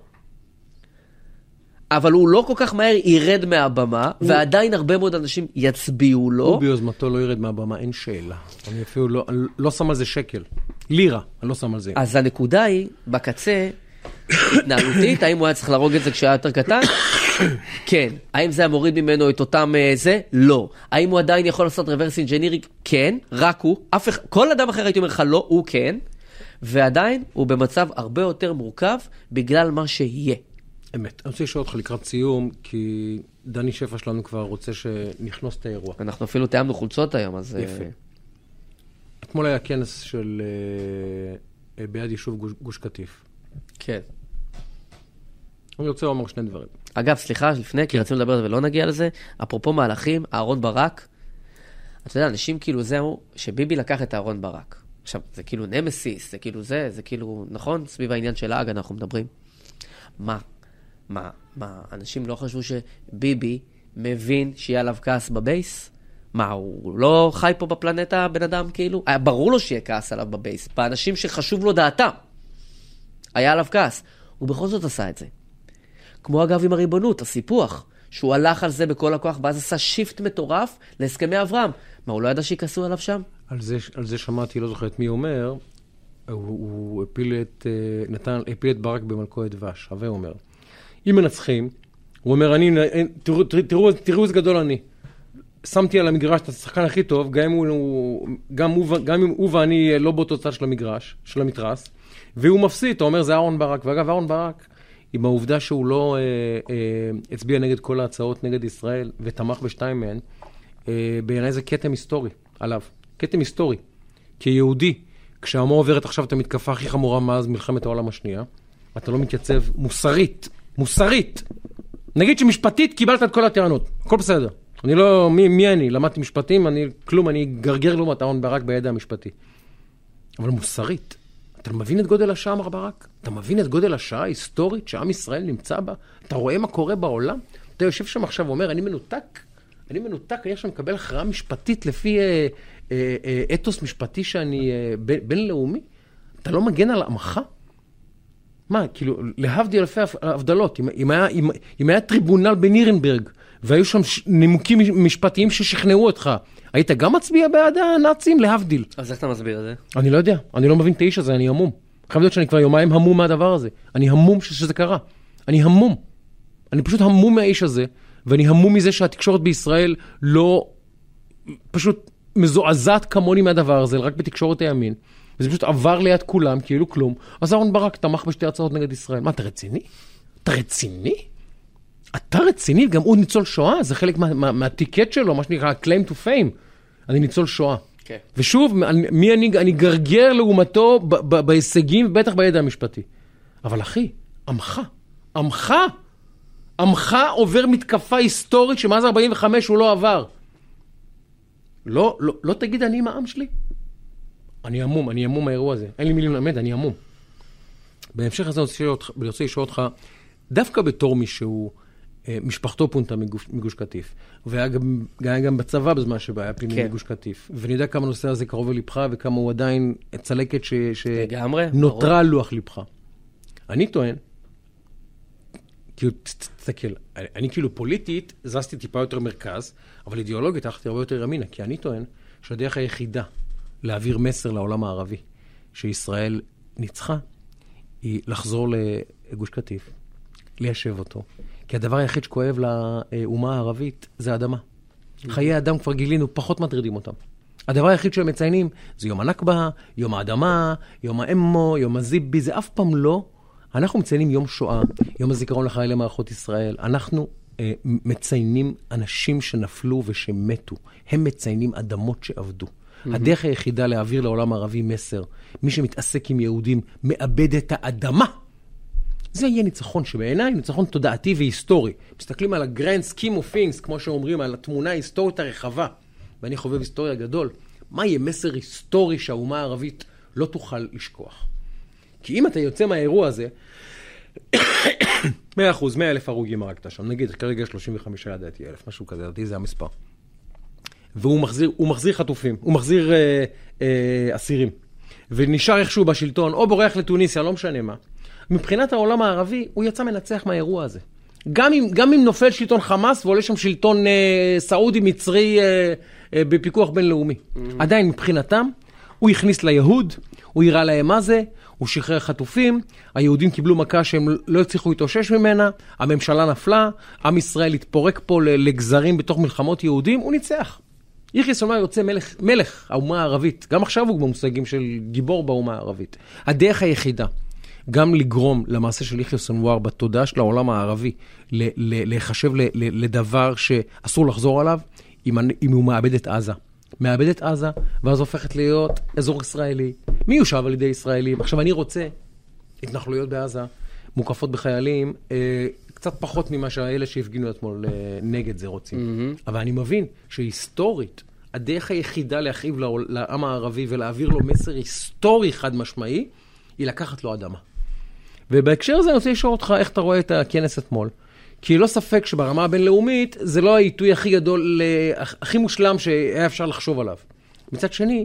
אבל הוא לא כל כך מהר ירד מהבמה, ועדיין הרבה מאוד אנשים יצביעו לו. הוא ביוזמתו לא ירד מהבמה, אין שאלה. אני אפילו לא שם על זה שקל. לירה, אני לא שם על זה. אז הנקודה היא, בקצה, התנהלותית, האם הוא היה צריך להרוג את זה כשהיה יותר קטן? כן. האם זה המוריד ממנו את אותם זה? לא. האם הוא עדיין יכול לעשות רוורס אינג'ינירינג? כן. רק הוא. כל אדם אחר הייתי אומר לך לא, הוא כן. ועדיין הוא במצב הרבה יותר מורכב בגלל מה שיהיה. אמת. אני רוצה לשאול אותך לקראת סיום, כי דני שפע שלנו כבר רוצה שנכנוס את האירוע. אנחנו אפילו תיאמנו חולצות היום, אז... יפה. אתמול היה כנס של ביד יישוב גוש קטיף. כן. אני רוצה לומר שני דברים. אגב, סליחה, לפני, כי רצינו לדבר על זה ולא נגיע לזה, אפרופו מהלכים, אהרון ברק, אתה יודע, אנשים כאילו זהו, שביבי לקח את אהרון ברק. עכשיו, זה כאילו נמסיס, זה כאילו זה כאילו, נכון? סביב העניין של האג אנחנו מדברים. מה, אנשים לא חשבו שביבי מבין שיהיה עליו כעס בבייס? מה, הוא לא חי פה בפלנטה בן אדם כאילו? היה ברור לו שיהיה כעס עליו בבייס. באנשים שחשוב לו דעתם, היה עליו כעס. הוא בכל זאת עשה את זה. כמו אגב עם הריבונות, הסיפוח, שהוא הלך על זה בכל הכוח, ואז עשה שיפט מטורף להסכמי אברהם. מה, הוא לא ידע שיקסו עליו שם? על זה שמעתי, לא זוכר את מי אומר, הוא הפיל את ברק במלכודת דבש. הווה אומר, אם מנצחים, הוא אומר, תראו איזה גדול אני. שמתי על המגרש את השחקן הכי טוב, גם אם הוא ואני לא באותו צד של המגרש, של המתרס, והוא מפסיד, אתה אומר, זה אהרון ברק. ואגב, אהרון ברק, עם העובדה שהוא לא הצביע נגד כל ההצעות נגד ישראל, ותמך בשתיים מהן, בעיניי זה קטם היסטורי עליו. קטם היסטורי. כיהודי, כשהעמו עוברת עכשיו את המתקפה הכי חמורה מאז מלחמת העולם השנייה, אתה לא מתייצב מוסרית. נגיד שמשפטית קיבלת את כל הטענות. הכל בסדר. אני לא, מי אני? למדתי משפטים, אני גרגר לעומת אהרון ברק בידע המשפטי. אבל מוסרית. אתה מבין את גודל השעה, מר ברק? אתה מבין את גודל השעה ההיסטורית שעם ישראל נמצא בה? אתה רואה מה קורה בעולם? אתה יושב שם עכשיו ואומר, אני מנותק, אני עכשיו מקבל הכרעה משפטית לפי אתוס משפטי שאני בינלאומי? אתה לא מגן על עמך? מה, כאילו, להבדיל אלפי הבדלות, אם היה טריבונל בנירנברג, והיו שם נימוקים משפטיים ששכנעו אותך, היית גם מצביע בעד הנאצים? להבדיל. אז איך אתה מסביר את זה? אני לא יודע, אני לא מבין את האיש הזה, אני המום. חייב להיות שאני כבר יומיים המום מהדבר הזה. אני המום שזה קרה. אני המום. אני פשוט המום מהאיש הזה, ואני המום מזה שהתקשורת בישראל לא פשוט מזועזעת כמוני מהדבר הזה, רק בתקשורת הימין. וזה פשוט עבר ליד כולם, כאילו כלום. אז אהרון ברק תמך בשתי הצעות נגד ישראל. מה, אתה רציני? אתה רציני? אתה רציני? גם הוא ניצול שואה, זה חלק מהטיקט שלו, מה שנקרא, claim to fame. אני ניצול שואה. Okay. ושוב, מי אני גרגר לעומתו בהישגים, בטח בידע המשפטי. אבל אחי, עמך עובר מתקפה היסטורית שמאז 45 הוא לא עבר. לא תגיד אני עם העם שלי. אני המום מהאירוע הזה. אין לי מילים למד, אני המום. בהמשך הזה אני רוצה לשאול אותך, דווקא בתור מישהו, משפחתו פונתה מגוש קטיף, והיה גם בצבא בזמן שבה היה פנימי מגוש קטיף, ואני יודע כמה הנושא הזה קרוב ללבך, וכמה הוא עדיין צלקת שנותרה לוח לבך. אני טוען, תסתכל, אני כאילו פוליטית, זזתי טיפה יותר מרכז, אבל אידיאולוגית הלכתי הרבה יותר ימינה, כי אני טוען שהדרך היחידה להעביר מסר לעולם הערבי, שישראל ניצחה, היא לחזור לגוש קטיף, ליישב אותו. כי הדבר היחיד שכואב לאומה הערבית זה האדמה. חיי האדם כבר גילינו, פחות מטרידים אותם. הדבר היחיד שהם מציינים זה יום הנכבה, יום האדמה, יום האמו, יום הזיבי, זה אף פעם לא. אנחנו מציינים יום שואה, יום הזיכרון לחיילי מערכות ישראל. אנחנו מציינים אנשים שנפלו ושמתו. הם מציינים אדמות שעבדו. הדרך היחידה להעביר לעולם הערבי מסר, מי שמתעסק עם יהודים מאבד את האדמה. זה יהיה ניצחון שבעיניי ניצחון תודעתי והיסטורי. מסתכלים על הגרנד סקים אוף תינגס, כמו שאומרים, על התמונה ההיסטורית הרחבה. ואני חובב היסטוריה גדול. מה יהיה מסר היסטורי שהאומה הערבית לא תוכל לשכוח? כי אם אתה יוצא מהאירוע הזה, 100%, 100,000 הרוגים הרגת שם. נגיד, כרגע 35 לדעתי 1,000, משהו כזה, לדעתי זה המספר. והוא מחזיר חטופים, הוא מחזיר אסירים. ונשאר איכשהו בשלטון, או בורח לטוניסיה, לא משנה מה. מבחינת העולם הערבי, הוא יצא מנצח מהאירוע הזה. גם אם נופל שלטון חמאס, ועולה שם שלטון סעודי מצרי בפיקוח בינלאומי. עדיין מבחינתם, הוא הכניס ליהוד, הוא יראה להם מה זה, הוא שחרר חטופים, היהודים קיבלו מכה שהם לא הצליחו להתאושש ממנה, הממשלה נפלה, עם ישראל התפורק פה לגזרים בתוך מלחמות יהודים, הוא ניצח. יחיא סנואר יוצא מלך האומה הערבית, גם עכשיו הוא במושגים של גיבור באומה הערבית. הדרך היחידה, גם לגרום למעשה של יחיא סנואר בתודעה של העולם הערבי, לחשב לדבר שאסור לחזור עליו, אם הוא מאבד את עזה. מאבד את עזה, ואז הופכת להיות אזור ישראלי. מי יושב על ידי ישראלים? עכשיו אני רוצה התנחלויות בעזה, מוקפות בחיילים, קצת פחות ממה שהאלה שהפגינו אתמול נגד זה רוצים. אבל אני מבין שהיסטורית, הדרך היחידה להכאיב לעם הערבי ולהעביר לו מסר היסטורי חד משמעי, היא לקחת לו אדמה. ובהקשר הזה אני רוצה לשאול אותך איך אתה רואה את הכנס אתמול. כי לא ספק שברמה הבינלאומית זה לא העיתוי הכי גדול, הכי מושלם שהיה אפשר לחשוב עליו. מצד שני,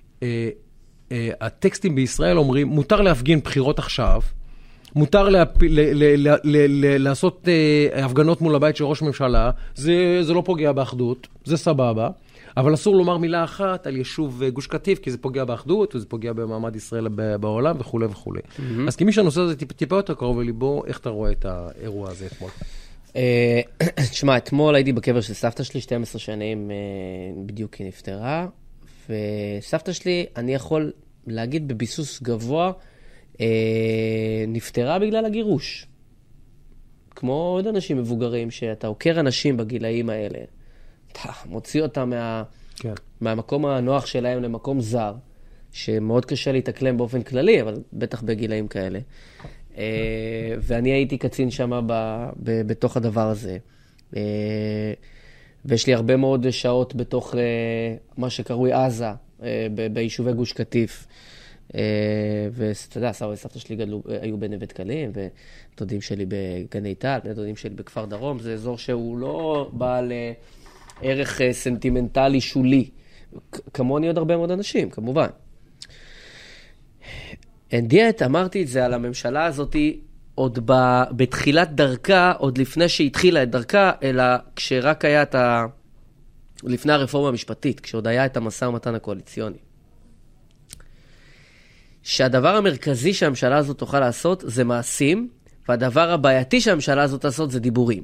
הטקסטים בישראל אומרים, מותר להפגין בחירות עכשיו, מותר לעשות הפגנות מול הבית של ראש ממשלה, זה לא פוגע באחדות, זה סבבה, אבל אסור לומר מילה אחת על יישוב גוש קטיף, כי זה פוגע באחדות, וזה פוגע במעמד ישראל בעולם וכו' וכו'. אז כמי שהנושא הזה טיפה יותר קרוב לליבו, איך אתה רואה את האירוע הזה אתמול? תשמע, אתמול הייתי בקבר של סבתא שלי, 12 שנים בדיוק היא נפטרה, וסבתא שלי, אני יכול להגיד בביסוס גבוה, נפטרה בגלל הגירוש. כמו עוד אנשים מבוגרים, שאתה עוקר אנשים בגילאים האלה, אתה מוציא אותם מהמקום הנוח שלהם למקום זר, שמאוד קשה להתאקלם באופן כללי, אבל בטח בגילאים כאלה. ואני הייתי קצין שם בתוך הדבר הזה. ויש לי הרבה מאוד שעות בתוך מה שקרוי עזה, ביישובי גוש קטיף. ואתה יודע, סבתא שלי היו בנווה דקלים, ודודים שלי בגני טל, ודודים שלי בכפר דרום. זה אזור שהוא לא בעל ערך סנטימנטלי שולי. כמוני עוד הרבה מאוד אנשים, כמובן. דיאט, אמרתי את זה על הממשלה הזאת עוד בתחילת דרכה, עוד לפני שהתחילה את דרכה, אלא כשרק היה לפני הרפורמה המשפטית, כשעוד היה את המשא ומתן הקואליציוני. שהדבר המרכזי שהממשלה הזאת תוכל לעשות זה מעשים, והדבר הבעייתי שהממשלה הזאת לעשות זה דיבורים.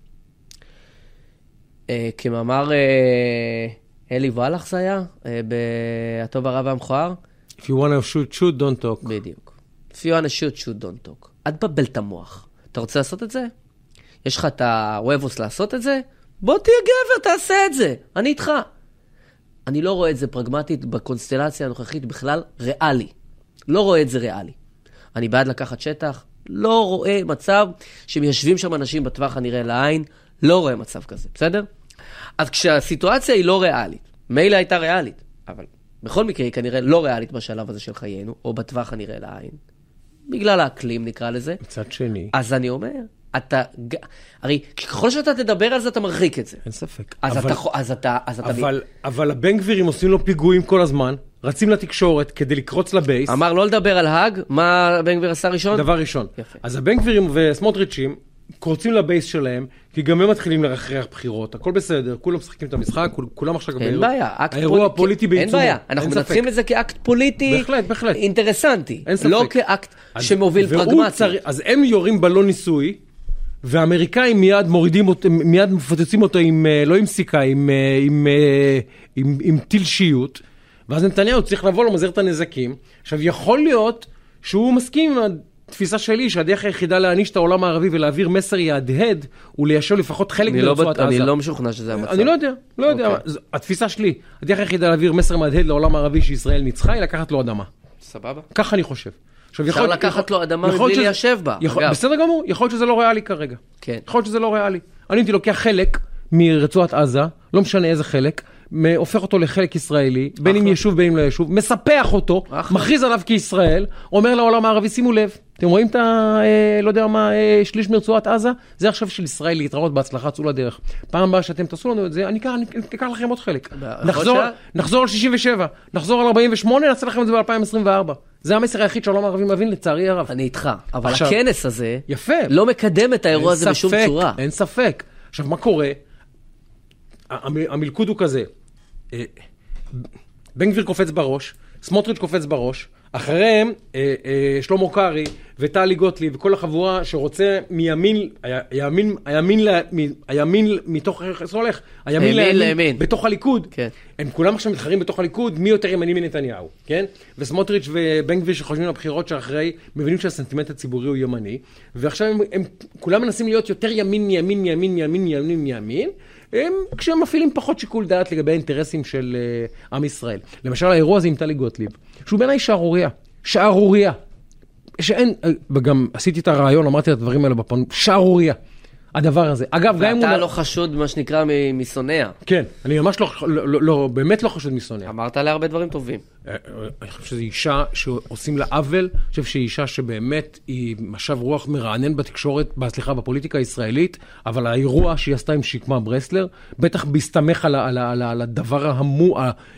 כמאמר אלי וואלך זה היה, ב"הטוב הרע והמכוער", If you want to shoot, don't talk. בדיוק. If you want to shoot, don't talk. אל תבלבל את המוח. אתה רוצה לעשות את זה? יש לך את הוובוס לעשות את זה? בוא תהיה גבר, תעשה את זה. אני איתך. אני לא רואה את זה פרגמטית בקונסטלציה הנוכחית בכלל ריאלי. לא רואה את זה ריאלי. אני בעד לקחת שטח, לא רואה מצב שמיישבים שם אנשים בטווח הנראה לעין, לא רואה מצב כזה, בסדר? אז כשהסיטואציה היא לא ריאלית, מילא הייתה ריאלית, אבל בכל מקרה היא כנראה לא ריאלית בשלב הזה של חיינו, או בטווח הנראה לעין, בגלל האקלים נקרא לזה. מצד שני. אז אני אומר, הרי ככל שאתה תדבר על זה, אתה מרחיק את זה. אין ספק. אבל הבן גבירים עושים לו פיגועים כל הזמן, רצים לתקשורת כדי לקרוץ לבייס. אמר לא לדבר על האג, מה בן גביר עשה ראשון? דבר ראשון. יפה. אז הבן גבירים וסמוטריצ'ים קורצים לבייס שלהם, כי גם הם מתחילים לרחרח בחירות, הכל בסדר, כולם משחקים את המשחק, כולם עכשיו אין בעיה, האירוע הפוליטי בעיצומו. אין בעיה, אנחנו מנתחים את זה כאקט פוליטי אינטרסנטי, לא כאקט שמוביל פרגמטי. אז הם יורים בלון ניסוי, והאמריקאים מיד מורידים אותו, מיד מפוצצים אותו לא עם סיכה, עם טיל שיוט, ואז נתניהו צריך לבוא למזער את הנזקים. עכשיו, יכול להיות שהוא מסכים עם התפיסה שלי, שהדרך היחידה להעניש את העולם הערבי ולהעביר מסר יהדהד, הוא ליישב לפחות חלק ברצועת עזה. אני לא משוכנע שזה המצב. אני לא יודע. התפיסה שלי, הדרך היחידה להעביר מסר מהדהד לעולם הערבי שישראל ניצחה, היא לקחת לו אדמה. סבבה. כך אני חושב. אפשר לקחת לו אדמה מבלי ליישב בה. בסדר גמור, יכול להיות שזה לא ריאלי כרגע. כן. יכול להיות שזה לא ריאלי. אני הייתי לוקח חלק מרצועת עזה, לא משנה איזה חלק, הופך אותו לחלק ישראלי, בין אם ישוב בין אם לא ישוב, מספח אותו, מכריז עליו כישראל, אומר לעולם הערבי, שימו לב, אתם רואים את לא יודע מה, שליש מרצועת עזה? זה עכשיו של ישראל להתראות בהצלחה, צאו לדרך. פעם הבאה שאתם תעשו לנו את זה, אני אקח לכם עוד חלק. נחזור על 67, נחזור על 48, נעשה לכם את זה ב-2024. זה המסר היחיד שהעולם הערבי מבין, לצערי הרב. אני איתך, אבל הכנס הזה לא מקדם את האירוע הזה בשום צורה. אין ספק. עכשיו, מה קורה? המלכוד הוא כזה. בן גביר קופץ בראש, סמוטריץ' קופץ בראש, אחריהם שלמה קרעי וטלי גוטליב וכל החבורה שרוצה הימין מתוך הולך, הימין לימין בתוך הליכוד, הם כולם עכשיו מתחרים בתוך הליכוד מי יותר ימני מנתניהו, כן? וסמוטריץ' ובן גביר שחושבים לבחירות שאחרי מבינים שהסנטימנט הציבורי הוא ימני, ועכשיו הם כולם מנסים להיות יותר ימין, הם כשהם מפעילים פחות שיקול דעת לגבי האינטרסים של עם ישראל. למשל, האירוע הזה עם טלי גוטליב, שהוא בעיניי שערוריה, שאין, וגם עשיתי את הרעיון, אמרתי את הדברים האלה בפעם, שערוריה, הדבר הזה. אגב, גם ואתה לא חשוד, מה שנקרא, מסוניה. כן, אני ממש לא, באמת לא חשוד מסוניה. אמרת לה הרבה דברים טובים. אני חושב שזו אישה שעושים לה עוול, אני חושב שהיא אישה שבאמת היא משב רוח מרענן בתקשורת, בפוליטיקה הישראלית, אבל האירוע שהיא עשתה עם שקמה ברסלר, בטח בהסתמך על הדבר המו,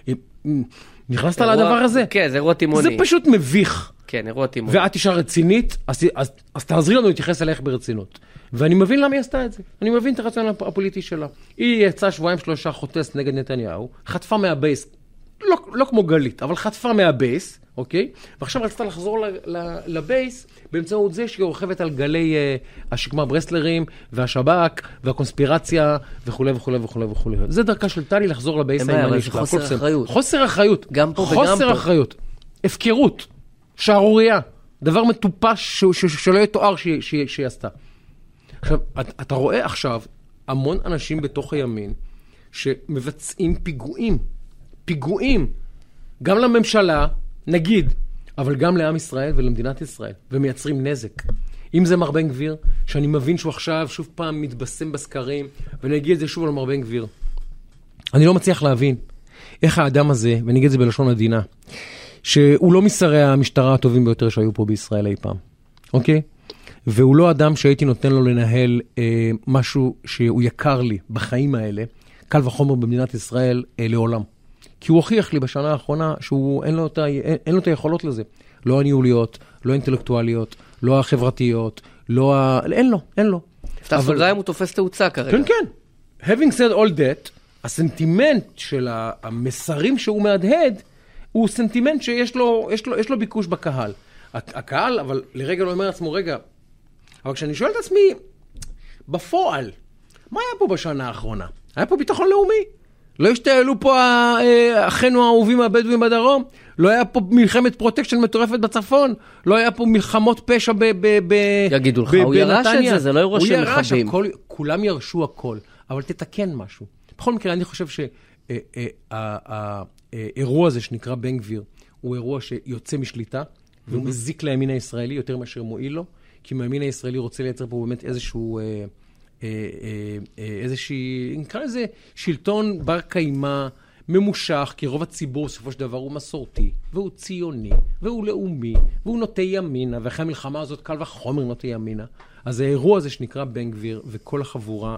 נכנסת על הדבר הזה? כן, זה אירוע תימוני. זה פשוט מביך. כן, אירוע תימוני. ואת אישה רצינית, אז תעזרי לנו להתייחס אלייך ברצינות. ואני מבין למה היא עשתה את זה. אני מבין את הרצון הפוליטי שלה. היא יצאה 2-3 חוטס נגד נתניהו, חטפה מהבייס, לא כמו גלית, אבל חטפה מהבייס, אוקיי? ועכשיו רצתה לחזור לבייס, באמצעות זה שהיא רוכבת על גלי השקמה ברסלרים, והשב"כ, והקונספירציה, וכו' וכו' וכו' וכו'. זה דרכה של טלי לחזור לבייס הימני שלה. חוסר אחריות. חוסר אחריות. גם פה וגם פה. חוסר אחריות. הפקרות. שערוריה. דבר מטופש שלא יתואר שהיא עשתה. עכשיו, אתה רואה עכשיו המון אנשים בתוך הימין שמבצעים פיגועים, גם לממשלה, נגיד, אבל גם לעם ישראל ולמדינת ישראל, ומייצרים נזק. אם זה מר בן גביר, שאני מבין שהוא עכשיו שוב פעם מתבשם בסקרים, ואני אגיד את זה שוב על מר בן גביר. אני לא מצליח להבין איך האדם הזה, ואני אגיד את זה בלשון עדינה, שהוא לא משרי המשטרה הטובים ביותר שהיו פה בישראל אי פעם. אוקיי? והוא לא אדם שהייתי נותן לו לנהל משהו שהוא יקר לי בחיים האלה, קל וחומר במדינת ישראל לעולם. כי הוא הוכיח לי בשנה האחרונה שהוא אין לו את היכולות לזה. לא הניהוליות, לא אינטלקטואליות, לא החברתיות, אין לו. פתח סוגריים הוא תופס תאוצה כרגע. כן. Having said all that, הסנטימנט של המסרים שהוא מהדהד, הוא סנטימנט שיש לו ביקוש בקהל. הקהל, אבל לרגע לא אומר לעצמו, רגע, אבל כשאני שואל את עצמי, בפועל, מה היה פה בשנה האחרונה? היה פה ביטחון לאומי? לא השתעלו פה אחינו האהובים הבדואים בדרום? לא היה פה מלחמת פרוטקשן מטורפת בצפון? לא היה פה מלחמות פשע יגידו לך, הוא ירש את זה, זה לא אירוע של מחבים. כולם ירשו הכל, אבל תתקן משהו. בכל מקרה, אני חושב שהאירוע הזה שנקרא בן גביר, הוא אירוע שיוצא משליטה, והוא מזיק לימין הישראלי יותר מאשר מועיל לו, כי הימין הישראלי רוצה לייצר פה באמת איזושהי, נקרא לזה שלטון בר קיימה, ממושך, כי רוב הציבור בסופו של דבר הוא מסורתי, והוא ציוני, והוא לאומי, והוא נוטה ימינה, ואחרי המלחמה הזאת קל וחומר נוטה ימינה. אז האירוע הזה שנקרא בן גביר, וכל החבורה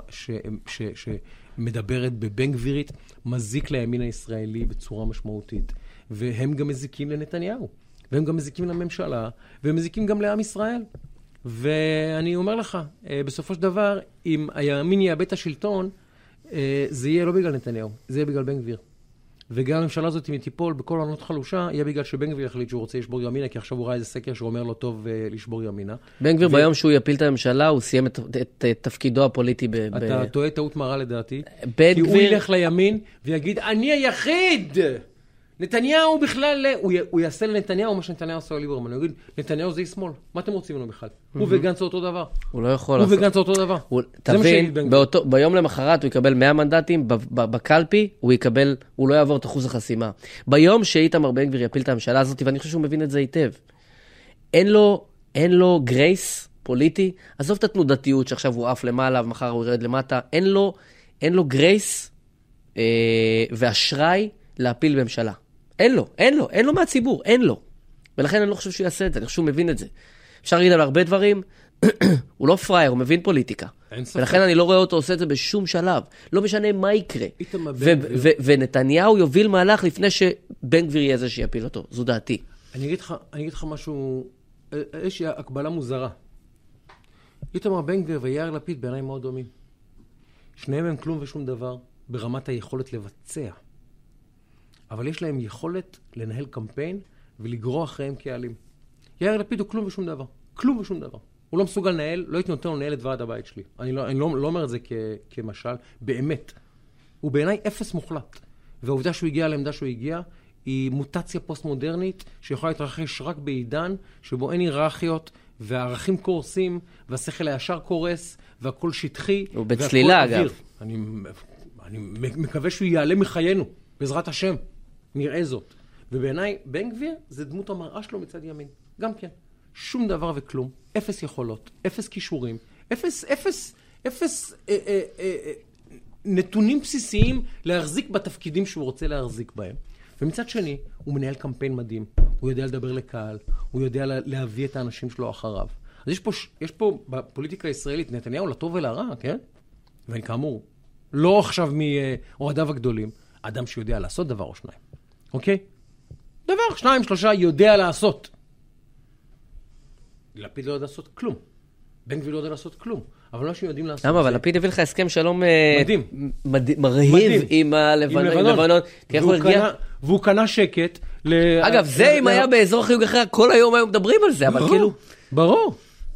שמדברת בבן גבירית, מזיק לימין הישראלי בצורה משמעותית. והם גם מזיקים לנתניהו, והם גם מזיקים לממשלה, והם מזיקים גם לעם ישראל. ואני אומר לך, בסופו של דבר, אם הימין יאבד את השלטון, זה יהיה לא בגלל נתניהו, זה יהיה בגלל בן גביר. וגם הממשלה הזאת, אם היא תיפול בכל עונות חלושה, יהיה בגלל שבן גביר יחליט שהוא רוצה לשבור ימינה, כי עכשיו הוא ראה איזה סקר שאומר לו טוב לשבור ימינה. בן גביר ביום שהוא יפיל את הממשלה, הוא סיים את תפקידו הפוליטי אתה טועה טעות מרה לדעתי. כי הוא ילך לימין ויגיד, אני היחיד! נתניהו בכלל, הוא יעשה לנתניהו מה שנתניהו עושה לליברמן. הוא יגיד, נתניהו זה שמאל. מה אתם רוצים ממנו בכלל? הוא וגנץ אותו דבר. הוא לא יכול לעשות. הוא וגנץ אותו דבר. תבין, ביום למחרת הוא יקבל 100 מנדטים, בקלפי הוא לא יעבור את אחוז החסימה. ביום שאיתמר בן גביר יפיל את הממשלה הזאת, ואני חושב שהוא מבין את זה היטב, אין לו גרייס פוליטי, עזוב את התנודתיות שעכשיו הוא עף למעלה ומחר הוא ירד למטה, אין לו גרייס ואשראי להפיל בממשלה. אין לו מהציבור, אין לו. ולכן אני לא חושב שהוא יעשה את זה, אני חושב שהוא מבין את זה. אפשר להגיד על הרבה דברים, הוא לא פרייר, הוא מבין פוליטיקה. ולכן אני לא רואה אותו עושה את זה בשום שלב. לא משנה מה יקרה. ונתניהו יוביל מהלך לפני שבן גביר יהיה זה שיפיל אותו. זו דעתי. אני אגיד לך משהו, יש הקבלה מוזרה. איתמר בן גביר ויאיר לפיד בעיניים מאוד דומים. שניהם הם כלום ושום דבר ברמת היכולת לבצע. אבל יש להם יכולת לנהל קמפיין ולגרוע אחריהם קהלים. יאיר לפיד הוא כלום ושום דבר. כלום ושום דבר. הוא לא מסוגל לנהל, לא הייתי נותן לו לנהל את ועד הבית שלי. אני לא אומר את זה כמשל. באמת. הוא בעיניי אפס מוחלט. והעובדה שהוא הגיע לעמדה שהוא הגיע, היא מוטציה פוסט-מודרנית שיכולה להתרחש רק בעידן שבו אין היררכיות, והערכים קורסים, והשכל הישר קורס, והכל שטחי. הוא בצלילה, אגב. אני מקווה שהוא יעלה מחיינו, בעזרת השם. נראה זאת. ובעיניי, בן גביר זה דמות המראה שלו מצד ימין. גם כן. שום דבר וכלום. אפס יכולות, אפס כישורים, אפס נתונים בסיסיים להחזיק בתפקידים שהוא רוצה להחזיק בהם. ומצד שני, הוא מנהל קמפיין מדהים. הוא יודע לדבר לקהל, הוא יודע להביא את האנשים שלו אחריו. אז יש פה בפוליטיקה הישראלית נתניהו לטוב ולרע, כן? ואני כאמור, לא עכשיו מאוהדיו הגדולים, אדם שיודע לעשות דבר או שניים. אוקיי? דבר, 2, 3 יודע לעשות. לפיד לא יודע לעשות כלום. בן גביר לא יודע לעשות כלום. אבל לא שיודעים לעשות. למה? אבל לפיד הביא לך הסכם שלום מרהיב עם לבנון. והוא קנה שקט. אגב, זה אם היה באזור חיוג אחר, כל היום היו מדברים על זה, אבל כאילו... ברור.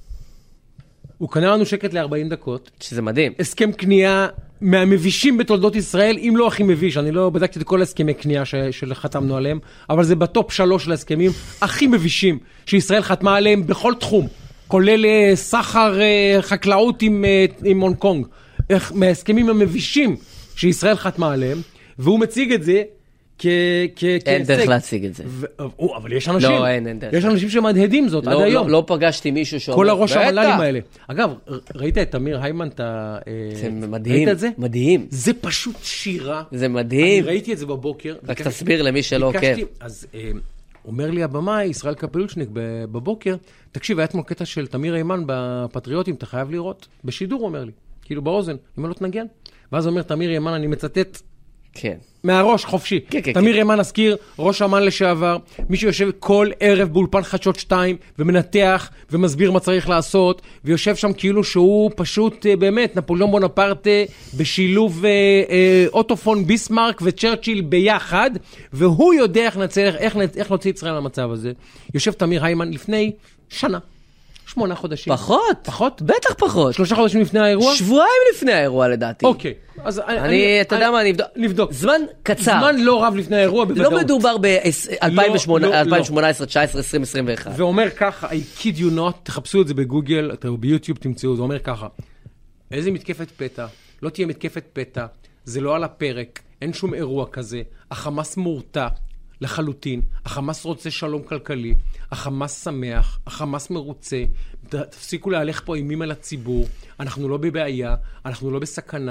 הוא קנה לנו שקט ל-40 דקות. שזה מדהים. הסכם קנייה מהמבישים בתולדות ישראל, אם לא הכי מביש. אני לא בדקתי את כל הסכמי קנייה שחתמנו עליהם, אבל זה בטופ 3 של ההסכמים הכי מבישים שישראל חתמה עליהם בכל תחום, כולל סחר חקלאות עם הונג קונג. מההסכמים המבישים שישראל חתמה עליהם, והוא מציג את זה אין דרך להציג את זה. אבל יש אנשים. לא, אין דרך. יש אנשים שמדהדים זאת עד היום. לא פגשתי מישהו שאומר... כל הראש המל"לים האלה. אגב, ראית את תמיר היימן? זה מדהים. ראית את זה? מדהים. זה פשוט שירה. זה מדהים. אני ראיתי את זה בבוקר. רק תסביר למי שלא עוקב. אז אומר לי הבמאי, ישראל קפלוצ'ניק בבוקר, תקשיב, היה אתמול קטע של תמיר היימן בפטריוטים, אתה חייב לראות. בשידור הוא אומר לי, כאילו באוזן, אם לא תנגן. ואז אומר תמיר היימן, אני מצטט כן. מהראש חופשי. כן. תמיר ימן נזכיר, ראש אמ"ן לשעבר, מי שיושב כל ערב באולפן חדשות 2 ומנתח ומסביר מה צריך לעשות, ויושב שם כאילו שהוא פשוט באמת נפוליאון בונפרטה בשילוב אוטו פון ביסמרק וצ'רצ'יל ביחד, והוא יודע איך להוציא ישראל למצב הזה. יושב תמיר היימן לפני שנה. 8 חודשים. פחות? בטח פחות. 3 חודשים לפני האירוע? שבועיים לפני האירוע לדעתי. אוקיי. אז אתה יודע מה, אני נבדוק. זמן קצר. זמן לא רב לפני האירוע בוודאות. לא מדובר ב-2018, 2019, 2021. ואומר ככה, I kid you not, תחפשו את זה בגוגל, ביוטיוב תמצאו, זה אומר ככה, איזה מתקפת פתע, לא תהיה מתקפת פתע, זה לא על הפרק, אין שום אירוע כזה, החמאס מורתע, לחלוטין, החמאס רוצה שלום כלכלי, החמאס שמח, החמאס מרוצה, תפסיקו להלך פה אימים על הציבור, אנחנו לא בבעיה, אנחנו לא בסכנה,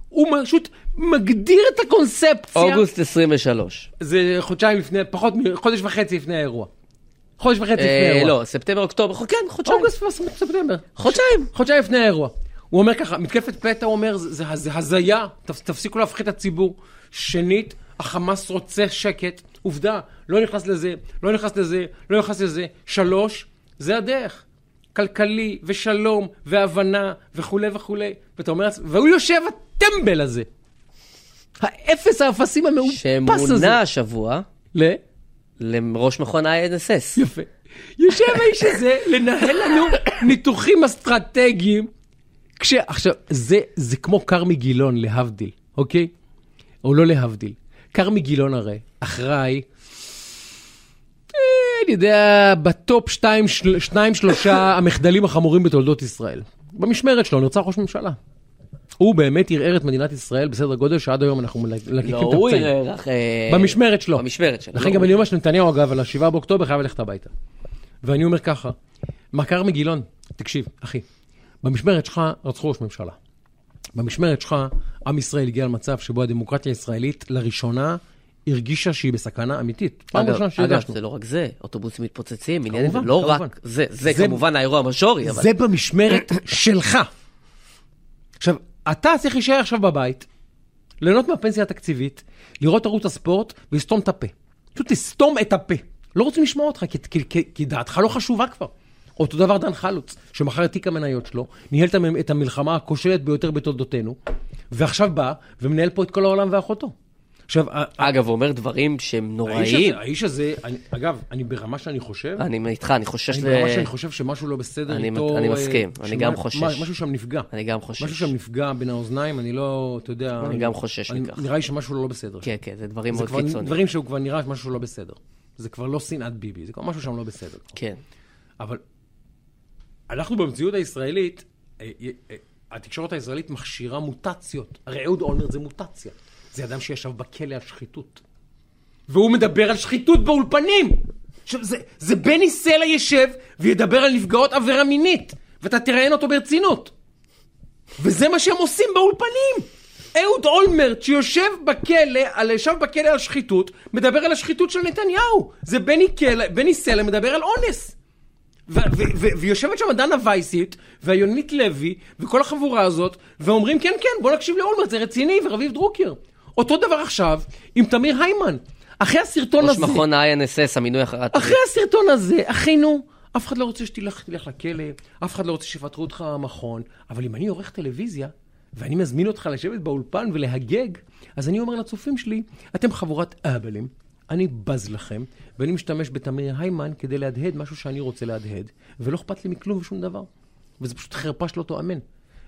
הוא פשוט מגדיר את הקונספציה. אוגוסט 23. זה חודשיים לפני, פחות חודש וחצי לפני האירוע. חודש וחצי לפני האירוע. לא, ספטמבר, אוקטובר, כן, חודשיים. אוגוסט וספטמבר. חודשיים. חודשיים לפני האירוע. הוא אומר ככה, מתקפת פתע, הוא אומר, זה הזיה, תפסיקו להפחיד את הציבור. שנית, החמאס רוצה שקט. עובדה, לא נכנס לזה, לא נכנס לזה, לא נכנס לזה. 3, זה הדרך. כלכלי ושלום והבנה וכו' וכו'. ואתה אומר, והוא יושב הטמבל הזה. האפס האפסים המאופס הזה. שמונה השבוע לראש מכון ה-INSS. יפה. יושב האיש הזה לנהל לנו ניתוחים אסטרטגיים. עכשיו, זה כמו קרמי גילון להבדיל, אוקיי? או לא להבדיל. קרמי גילון הרי, אחראי, אני יודע, בטופ 2-3 המחדלים החמורים בתולדות ישראל. במשמרת שלו נרצח ראש ממשלה. הוא באמת ערער את מדינת ישראל בסדר גודל שעד היום אנחנו מלקיקים את הפצעים. לא, הוא ערער. במשמרת שלו. במשמרת שלו. לכן גם אני אומר שנתניהו, אגב, על 7 באוקטובר חייב ללכת הביתה. ואני אומר ככה, מכר מגילון, תקשיב, אחי, במשמרת שלך רצחו ראש ממשלה. במשמרת שלך, עם ישראל הגיע למצב שבו הדמוקרטיה הישראלית לראשונה הרגישה שהיא בסכנה אמיתית. אגב, זה לא רק זה, אוטובוסים מתפוצצים, עניינים, זה לא רק זה, זה כמובן האירוע המז'ורי. זה במשמרת שלך. עכשיו, אתה צריך להישאר עכשיו בבית, ליהנות מהפנסיה התקציבית, לראות ערוץ הספורט ולסתום את הפה. פשוט תסתום את הפה. לא רוצים לשמוע אותך, כי דעתך לא חשובה כבר. אותו דבר דן חלוץ, שמחר את תיק המניות שלו, ניהל את המלחמה הכושלת ביותר בתולדותינו, ועכשיו בא ומנהל פה את כל העולם ואחותו. עכשיו, אגב, הוא אומר דברים שהם נוראיים. האיש הזה, אגב, אני ברמה שאני חושב... אני איתך, אני חושש... אני ברמה שאני חושב שמשהו לא בסדר איתו... אני מסכים, אני גם חושש. משהו שם נפגע. אני גם חושש. משהו שם נפגע בין האוזניים, אני לא, אתה יודע... אני גם חושש מכך. נראה לי שמשהו לא בסדר. כן, כן, זה דברים מאוד קיצוניים. זה דברים שהוא כבר נראה שמשהו לא בסדר. זה כבר לא שנאת ביבי, זה כבר משהו שם לא בסדר. כן. אבל אנחנו במציאות הישראלית, התקשורת הישראלית מכשירה מוטציות. הרי אהוד אולמרט זה מוטציה. זה אדם שישב בכלא על שחיתות. והוא מדבר על שחיתות באולפנים. עכשיו, זה בני סלע ישב וידבר על נפגעות עבירה מינית. ואתה תראיין אותו ברצינות. וזה מה שהם עושים באולפנים. אהוד אולמרט שיושב בכלא על שחיתות, מדבר על השחיתות של נתניהו. זה בני סלע מדבר על אונס. ויושבת שם דנה וייסית, והיונית לוי, וכל החבורה הזאת, ואומרים, כן, כן, בוא נקשיב לאולמרט, זה רציני, ורביב דרוקר. אותו דבר עכשיו, עם תמיר היימן. אחרי הסרטון הזה... ראש מכון ה-INSS, המינוי אחרת. אחרי הסרטון הזה, אחינו, אף אחד לא רוצה שתלך לכלא, אף אחד לא רוצה שיפטרו אותך המכון, אבל אם אני עורך טלוויזיה, ואני מזמין אותך לשבת באולפן ולהגג, אז אני אומר לצופים שלי, אתם חבורת אהבלים, אני בז לכם, ואני משתמש בתמיר היימן כדי להדהד משהו שאני רוצה להדהד, ולא אכפת לי מכלום ושום דבר. וזה פשוט חרפה שלא תואמן.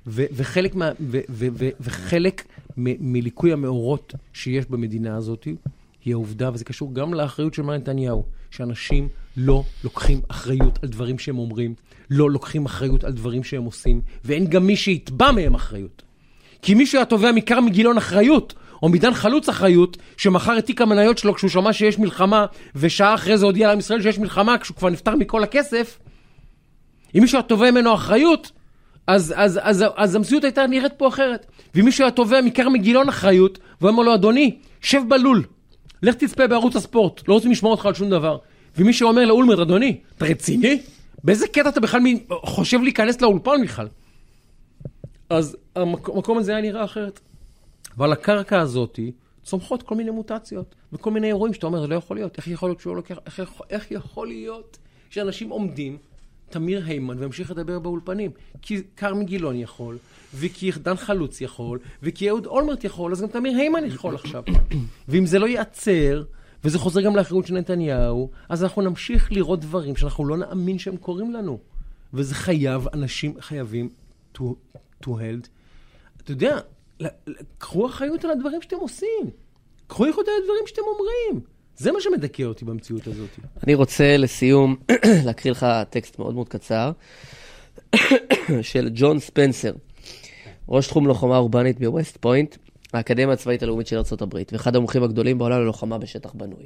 וחלק מליקוי המאורות שיש במדינה הזאת, היא העובדה, וזה קשור גם לאחריות של מר נתניהו, שאנשים לא לוקחים אחריות על דברים שהם אומרים, לא לוקחים אחריות על דברים שהם עושים, ואין גם מי שיתבע מהם אחריות. כי מישהו היה תובע מקר מגילון אחריות, או מדן חלוץ אחריות, שמחר את תיק המניות שלו כשהוא שמע שיש מלחמה, ושעה אחרי זה הודיע לעם ישראל שיש מלחמה, כשהוא כבר נפטר מכל הכסף, אם מישהו היה תובע ממנו אחריות, אז המציאות הייתה נראית פה אחרת. ואם מישהו היה תובע מקר מגילון אחריות, והוא אומר לו, אדוני, שב בלול, לך תצפה בערוץ הספורט, לא רוצים לשמוע אותך על שום דבר. ומי שאומר לאולמרט, אדוני, אתה רציני? באיזה קטע אתה בכלל חושב להיכנס לאולפן בכלל? אז המקום הזה היה נראה אחרת. ועל הקרקע הזאת צומחות כל מיני מוטציות, וכל מיני אירועים שאתה אומר, זה לא יכול להיות. איך יכול להיות שהוא לוקח, איך יכול להיות שאנשים עומדים, תמיר היימן, והמשיך לדבר באולפנים? כי קרמי גילון יכול, וכי דן חלוץ יכול, וכי אהוד אולמרט יכול, אז גם תמיר היימן יכול עכשיו. ואם זה לא ייעצר, וזה חוזר גם לאחריות של נתניהו, אז אנחנו נמשיך לראות דברים שאנחנו לא נאמין שהם קוראים לנו. וזה חייב, אנשים חייבים to held. אתה יודע, קחו אחריות על הדברים שאתם עושים. קחו אחריות על הדברים שאתם אומרים. זה מה שמדכא אותי במציאות הזאת. אני רוצה לסיום להקריא לך טקסט מאוד מאוד קצר של ג'ון ספנסר, ראש תחום לוחמה אורבנית בווסט פוינט, האקדמיה הצבאית הלאומית של ארצות הברית, ואחד המומחים הגדולים בעולם ללוחמה בשטח בנוי.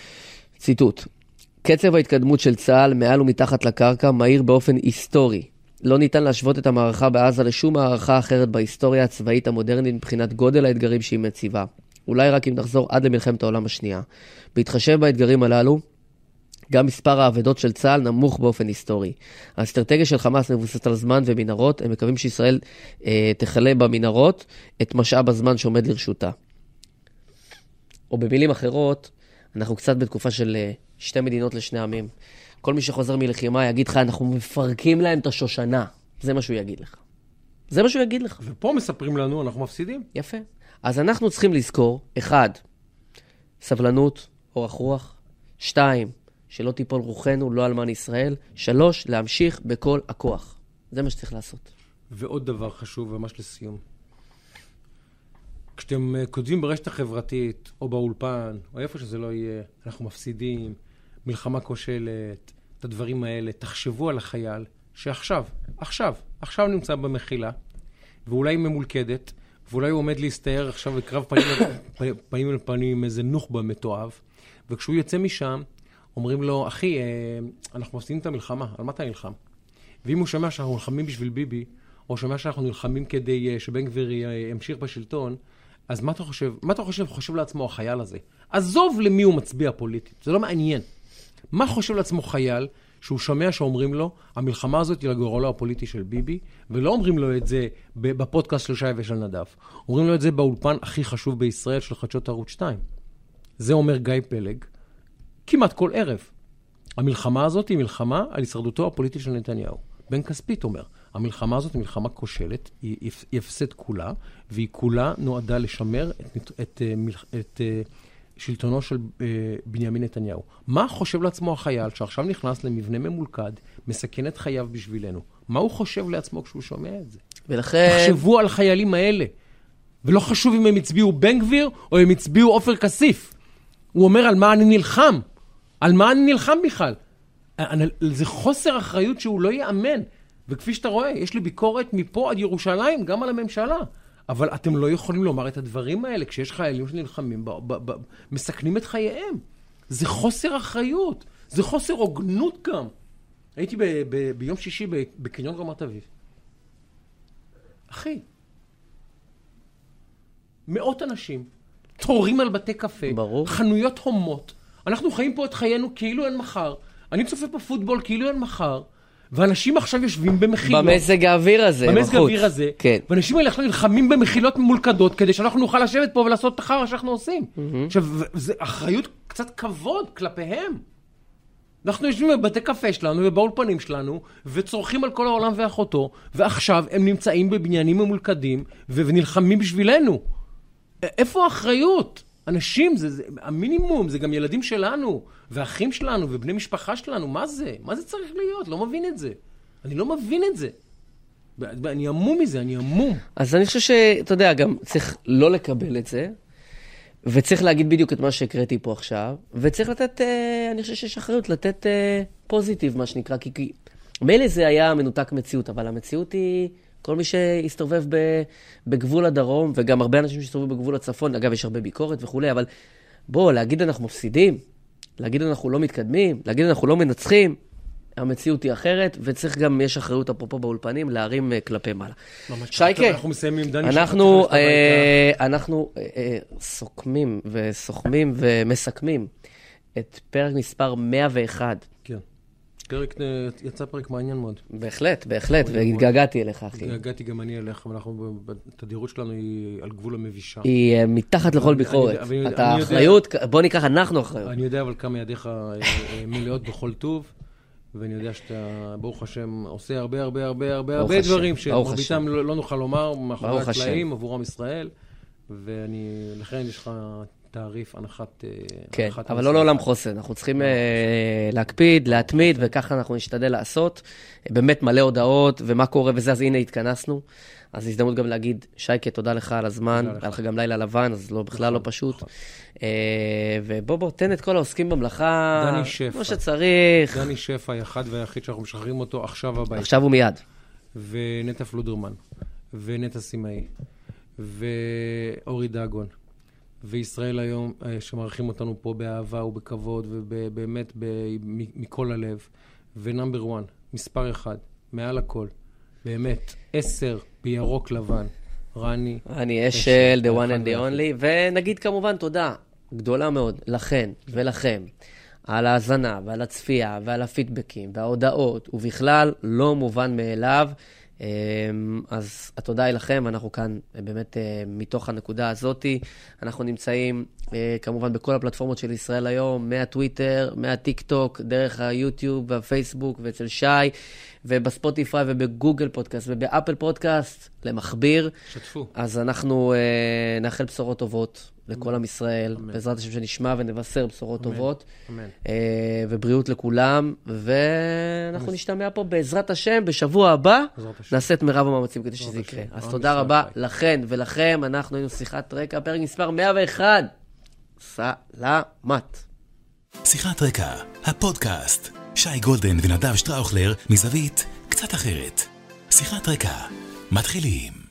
ציטוט: קצב ההתקדמות של צה"ל מעל ומתחת לקרקע מהיר באופן היסטורי. לא ניתן להשוות את המערכה בעזה לשום מערכה אחרת בהיסטוריה הצבאית המודרנית מבחינת גודל האתגרים שהיא מציבה. אולי רק אם נחזור עד למלחמת העולם השנייה. בהתחשב באתגרים הללו, גם מספר העבדות של צה"ל נמוך באופן היסטורי. האסטרטגיה של חמאס מבוססת על זמן ומנהרות, הם מקווים שישראל תחלה במנהרות את משאב הזמן שעומד לרשותה. או במילים אחרות, אנחנו קצת בתקופה של שתי מדינות לשני עמים. כל מי שחוזר מלחימה יגיד לך, אנחנו מפרקים להם את השושנה. זה מה שהוא יגיד לך. זה מה שהוא יגיד לך. ופה מספרים לנו, אנחנו מפסידים. יפה. אז אנחנו צריכים לזכור, 1, סבלנות, אורך רוח. 2, שלא תיפול רוחנו, לא אלמן ישראל. 3, להמשיך בכל הכוח. זה מה שצריך לעשות. ועוד דבר חשוב, ממש לסיום. כשאתם כותבים ברשת החברתית, או באולפן, או איפה שזה לא יהיה, אנחנו מפסידים, מלחמה כושלת, את הדברים האלה, תחשבו על החייל שעכשיו נמצא במחילה, ואולי ממולכדת, ואולי הוא עומד להסתער עכשיו בקרב פנים אל פנים עם איזה נוח'בה מתועב, וכשהוא יוצא משם, אומרים לו, אחי, אנחנו מפסידים את המלחמה, על מה אתה נלחם? ואם הוא שומע שאנחנו נלחמים בשביל ביבי, או שומע שאנחנו נלחמים כדי שבן גביר ימשיך בשלטון, אז מה אתה חושב לעצמו החייל הזה? עזוב למי הוא מצביע פוליטית, זה לא מעניין. מה חושב לעצמו חייל שהוא שומע שאומרים לו, המלחמה הזאת היא לגורלו הפוליטי של ביבי, ולא אומרים לו את זה בפודקאסט של שי ושל נדב. אומרים לו את זה באולפן הכי חשוב בישראל של חדשות ערוץ 2. זה אומר גיא פלג, כמעט כל ערב. המלחמה הזאת היא מלחמה על הישרדותו הפוליטית של נתניהו. בן כספית אומר, המלחמה הזאת היא מלחמה כושלת, היא הפסד כולה, והיא כולה נועדה לשמר את שלטונו של בנימין נתניהו. מה חושב לעצמו החייל שעכשיו נכנס למבנה ממולכד, מסכן את חייו בשבילנו? מה הוא חושב לעצמו כשהוא שומע את זה? ולכן... תחשבו על החיילים האלה. ולא חשוב אם הם הצביעו בן גביר או הם הצביעו עופר כסיף. הוא אומר על מה אני נלחם. על מה אני נלחם בכלל. זה חוסר אחריות שהוא לא יאמן. וכפי שאתה רואה, יש לי ביקורת מפה עד ירושלים, גם על הממשלה. אבל אתם לא יכולים לומר את הדברים האלה, כשיש חיילים שנלחמים, מסכנים את חייהם. זה חוסר אחריות. זה חוסר הוגנות גם. הייתי ביום שישי בקניון רמת אביב. אחי, מאות אנשים, תורים על בתי קפה, ברור. חנויות הומות. אנחנו חיים פה את חיינו כאילו אין מחר. אני צופה בפוטבול כאילו אין מחר. ואנשים עכשיו יושבים במחילות. במזג האוויר הזה, במזג האוויר הזה. כן. ואנשים האלה עכשיו נלחמים במחילות ממולכדות, כדי שאנחנו נוכל לשבת פה ולעשות את החרא שאנחנו עושים. עכשיו, זה אחריות קצת כבוד כלפיהם. אנחנו יושבים בבתי קפה שלנו ובאולפנים שלנו, וצורכים על כל העולם ואחותו, ועכשיו הם נמצאים בבניינים ממולכדים, ונלחמים בשבילנו. איפה האחריות? אנשים, זה המינימום, זה גם ילדים שלנו, ואחים שלנו, ובני משפחה שלנו. מה זה? מה זה צריך להיות? לא מבין את זה. אני לא מבין את זה. אני אמום מזה, אני אמום. אז אני חושב שאתה יודע, גם צריך לא לקבל את זה, וצריך להגיד בדיוק את מה שהקראתי פה עכשיו, וצריך לתת, אני חושב שיש אחריות, לתת פוזיטיב, מה שנקרא, כי מילא זה היה מנותק מציאות, אבל המציאות היא כל מי שהסתובב בגבול הדרום, וגם הרבה אנשים שהסתובבו בגבול הצפון, אגב, יש הרבה ביקורת וכו', אבל בוא, להגיד אנחנו מפסידים, להגיד אנחנו לא מתקדמים, להגיד אנחנו לא מנצחים, המציאות היא אחרת, וצריך גם, יש אחריות אפרופו באולפנים, להרים כלפי מעלה. שייקה, אנחנו מסיימים, דני, אנחנו סוכמים וסוכמים ומסכמים את פרק מספר 101. כן. יצא פרק מעניין מאוד. בהחלט, בהחלט, והתגעגעתי אליך, אחי. התגעגעתי גם אני אליך, ואנחנו, התדירות שלנו היא על גבול המבישה. היא מתחת לכל ביקורת. אתה אחריות, בוא ניקח, אנחנו אחריות. אני יודע אבל כמה ידיך מלאות בכל טוב, ואני יודע שאתה, ברוך השם, עושה הרבה דברים שמרביתם לא נוכל לומר, מאחורי הקלעים, עבור עם ישראל, ולכן יש לך תעריף, הנחת... כן, אבל לא לעולם חוסן. אנחנו צריכים להקפיד, להתמיד, וככה אנחנו נשתדל לעשות. באמת מלא הודעות, ומה קורה וזה, אז הנה התכנסנו. אז הזדמנות גם להגיד, שייקה, תודה לך על הזמן, היה לך גם לילה לבן, אז בכלל לא פשוט. ובוא, תן את כל העוסקים במלאכה, דני שפע. כמו שצריך. דני שפע, האחד והיחיד שאנחנו משחררים אותו עכשיו הבית. עכשיו ומיד. ונטע פלודרמן, ונטע סימאי, ואורי דגון. וישראל היום, שמערכים אותנו פה באהבה ובכבוד, ובאמת מכל הלב. ונאמבר 1, מספר 1, מעל הכל, באמת, 10 בירוק לבן. רני אשל, the one and the only, ונגיד כמובן תודה גדולה מאוד לכן ולכם על ההזנה ועל הצפייה ועל הפידבקים וההודעות, ובכלל לא מובן מאליו. אז התודה היא לכם, אנחנו כאן באמת מתוך הנקודה הזאת, אנחנו נמצאים כמובן בכל הפלטפורמות של ישראל היום, מהטוויטר, מהטיק טוק, דרך היוטיוב והפייסבוק ואצל שי, ובספוטיפיי ובגוגל פודקאסט ובאפל פודקאסט, למכביר. שתפו. אז אנחנו נאחל בשורות טובות לכל עם ישראל, בעזרת השם שנשמע ונבשר בשורות טובות, ובריאות לכולם, ואנחנו נשתמע פה בעזרת השם בשבוע הבא, נעשה את מרב המאמצים כדי שזה יקרה. אז תודה רבה לכן ולכם, אנחנו היינו שיחת רקע, פרק מספר 101. סלמת. שיחת רקע, הפודקאסט. שי גולדן ונדב שטראוכלר מזווית קצת אחרת. שיחת רקע, מתחילים.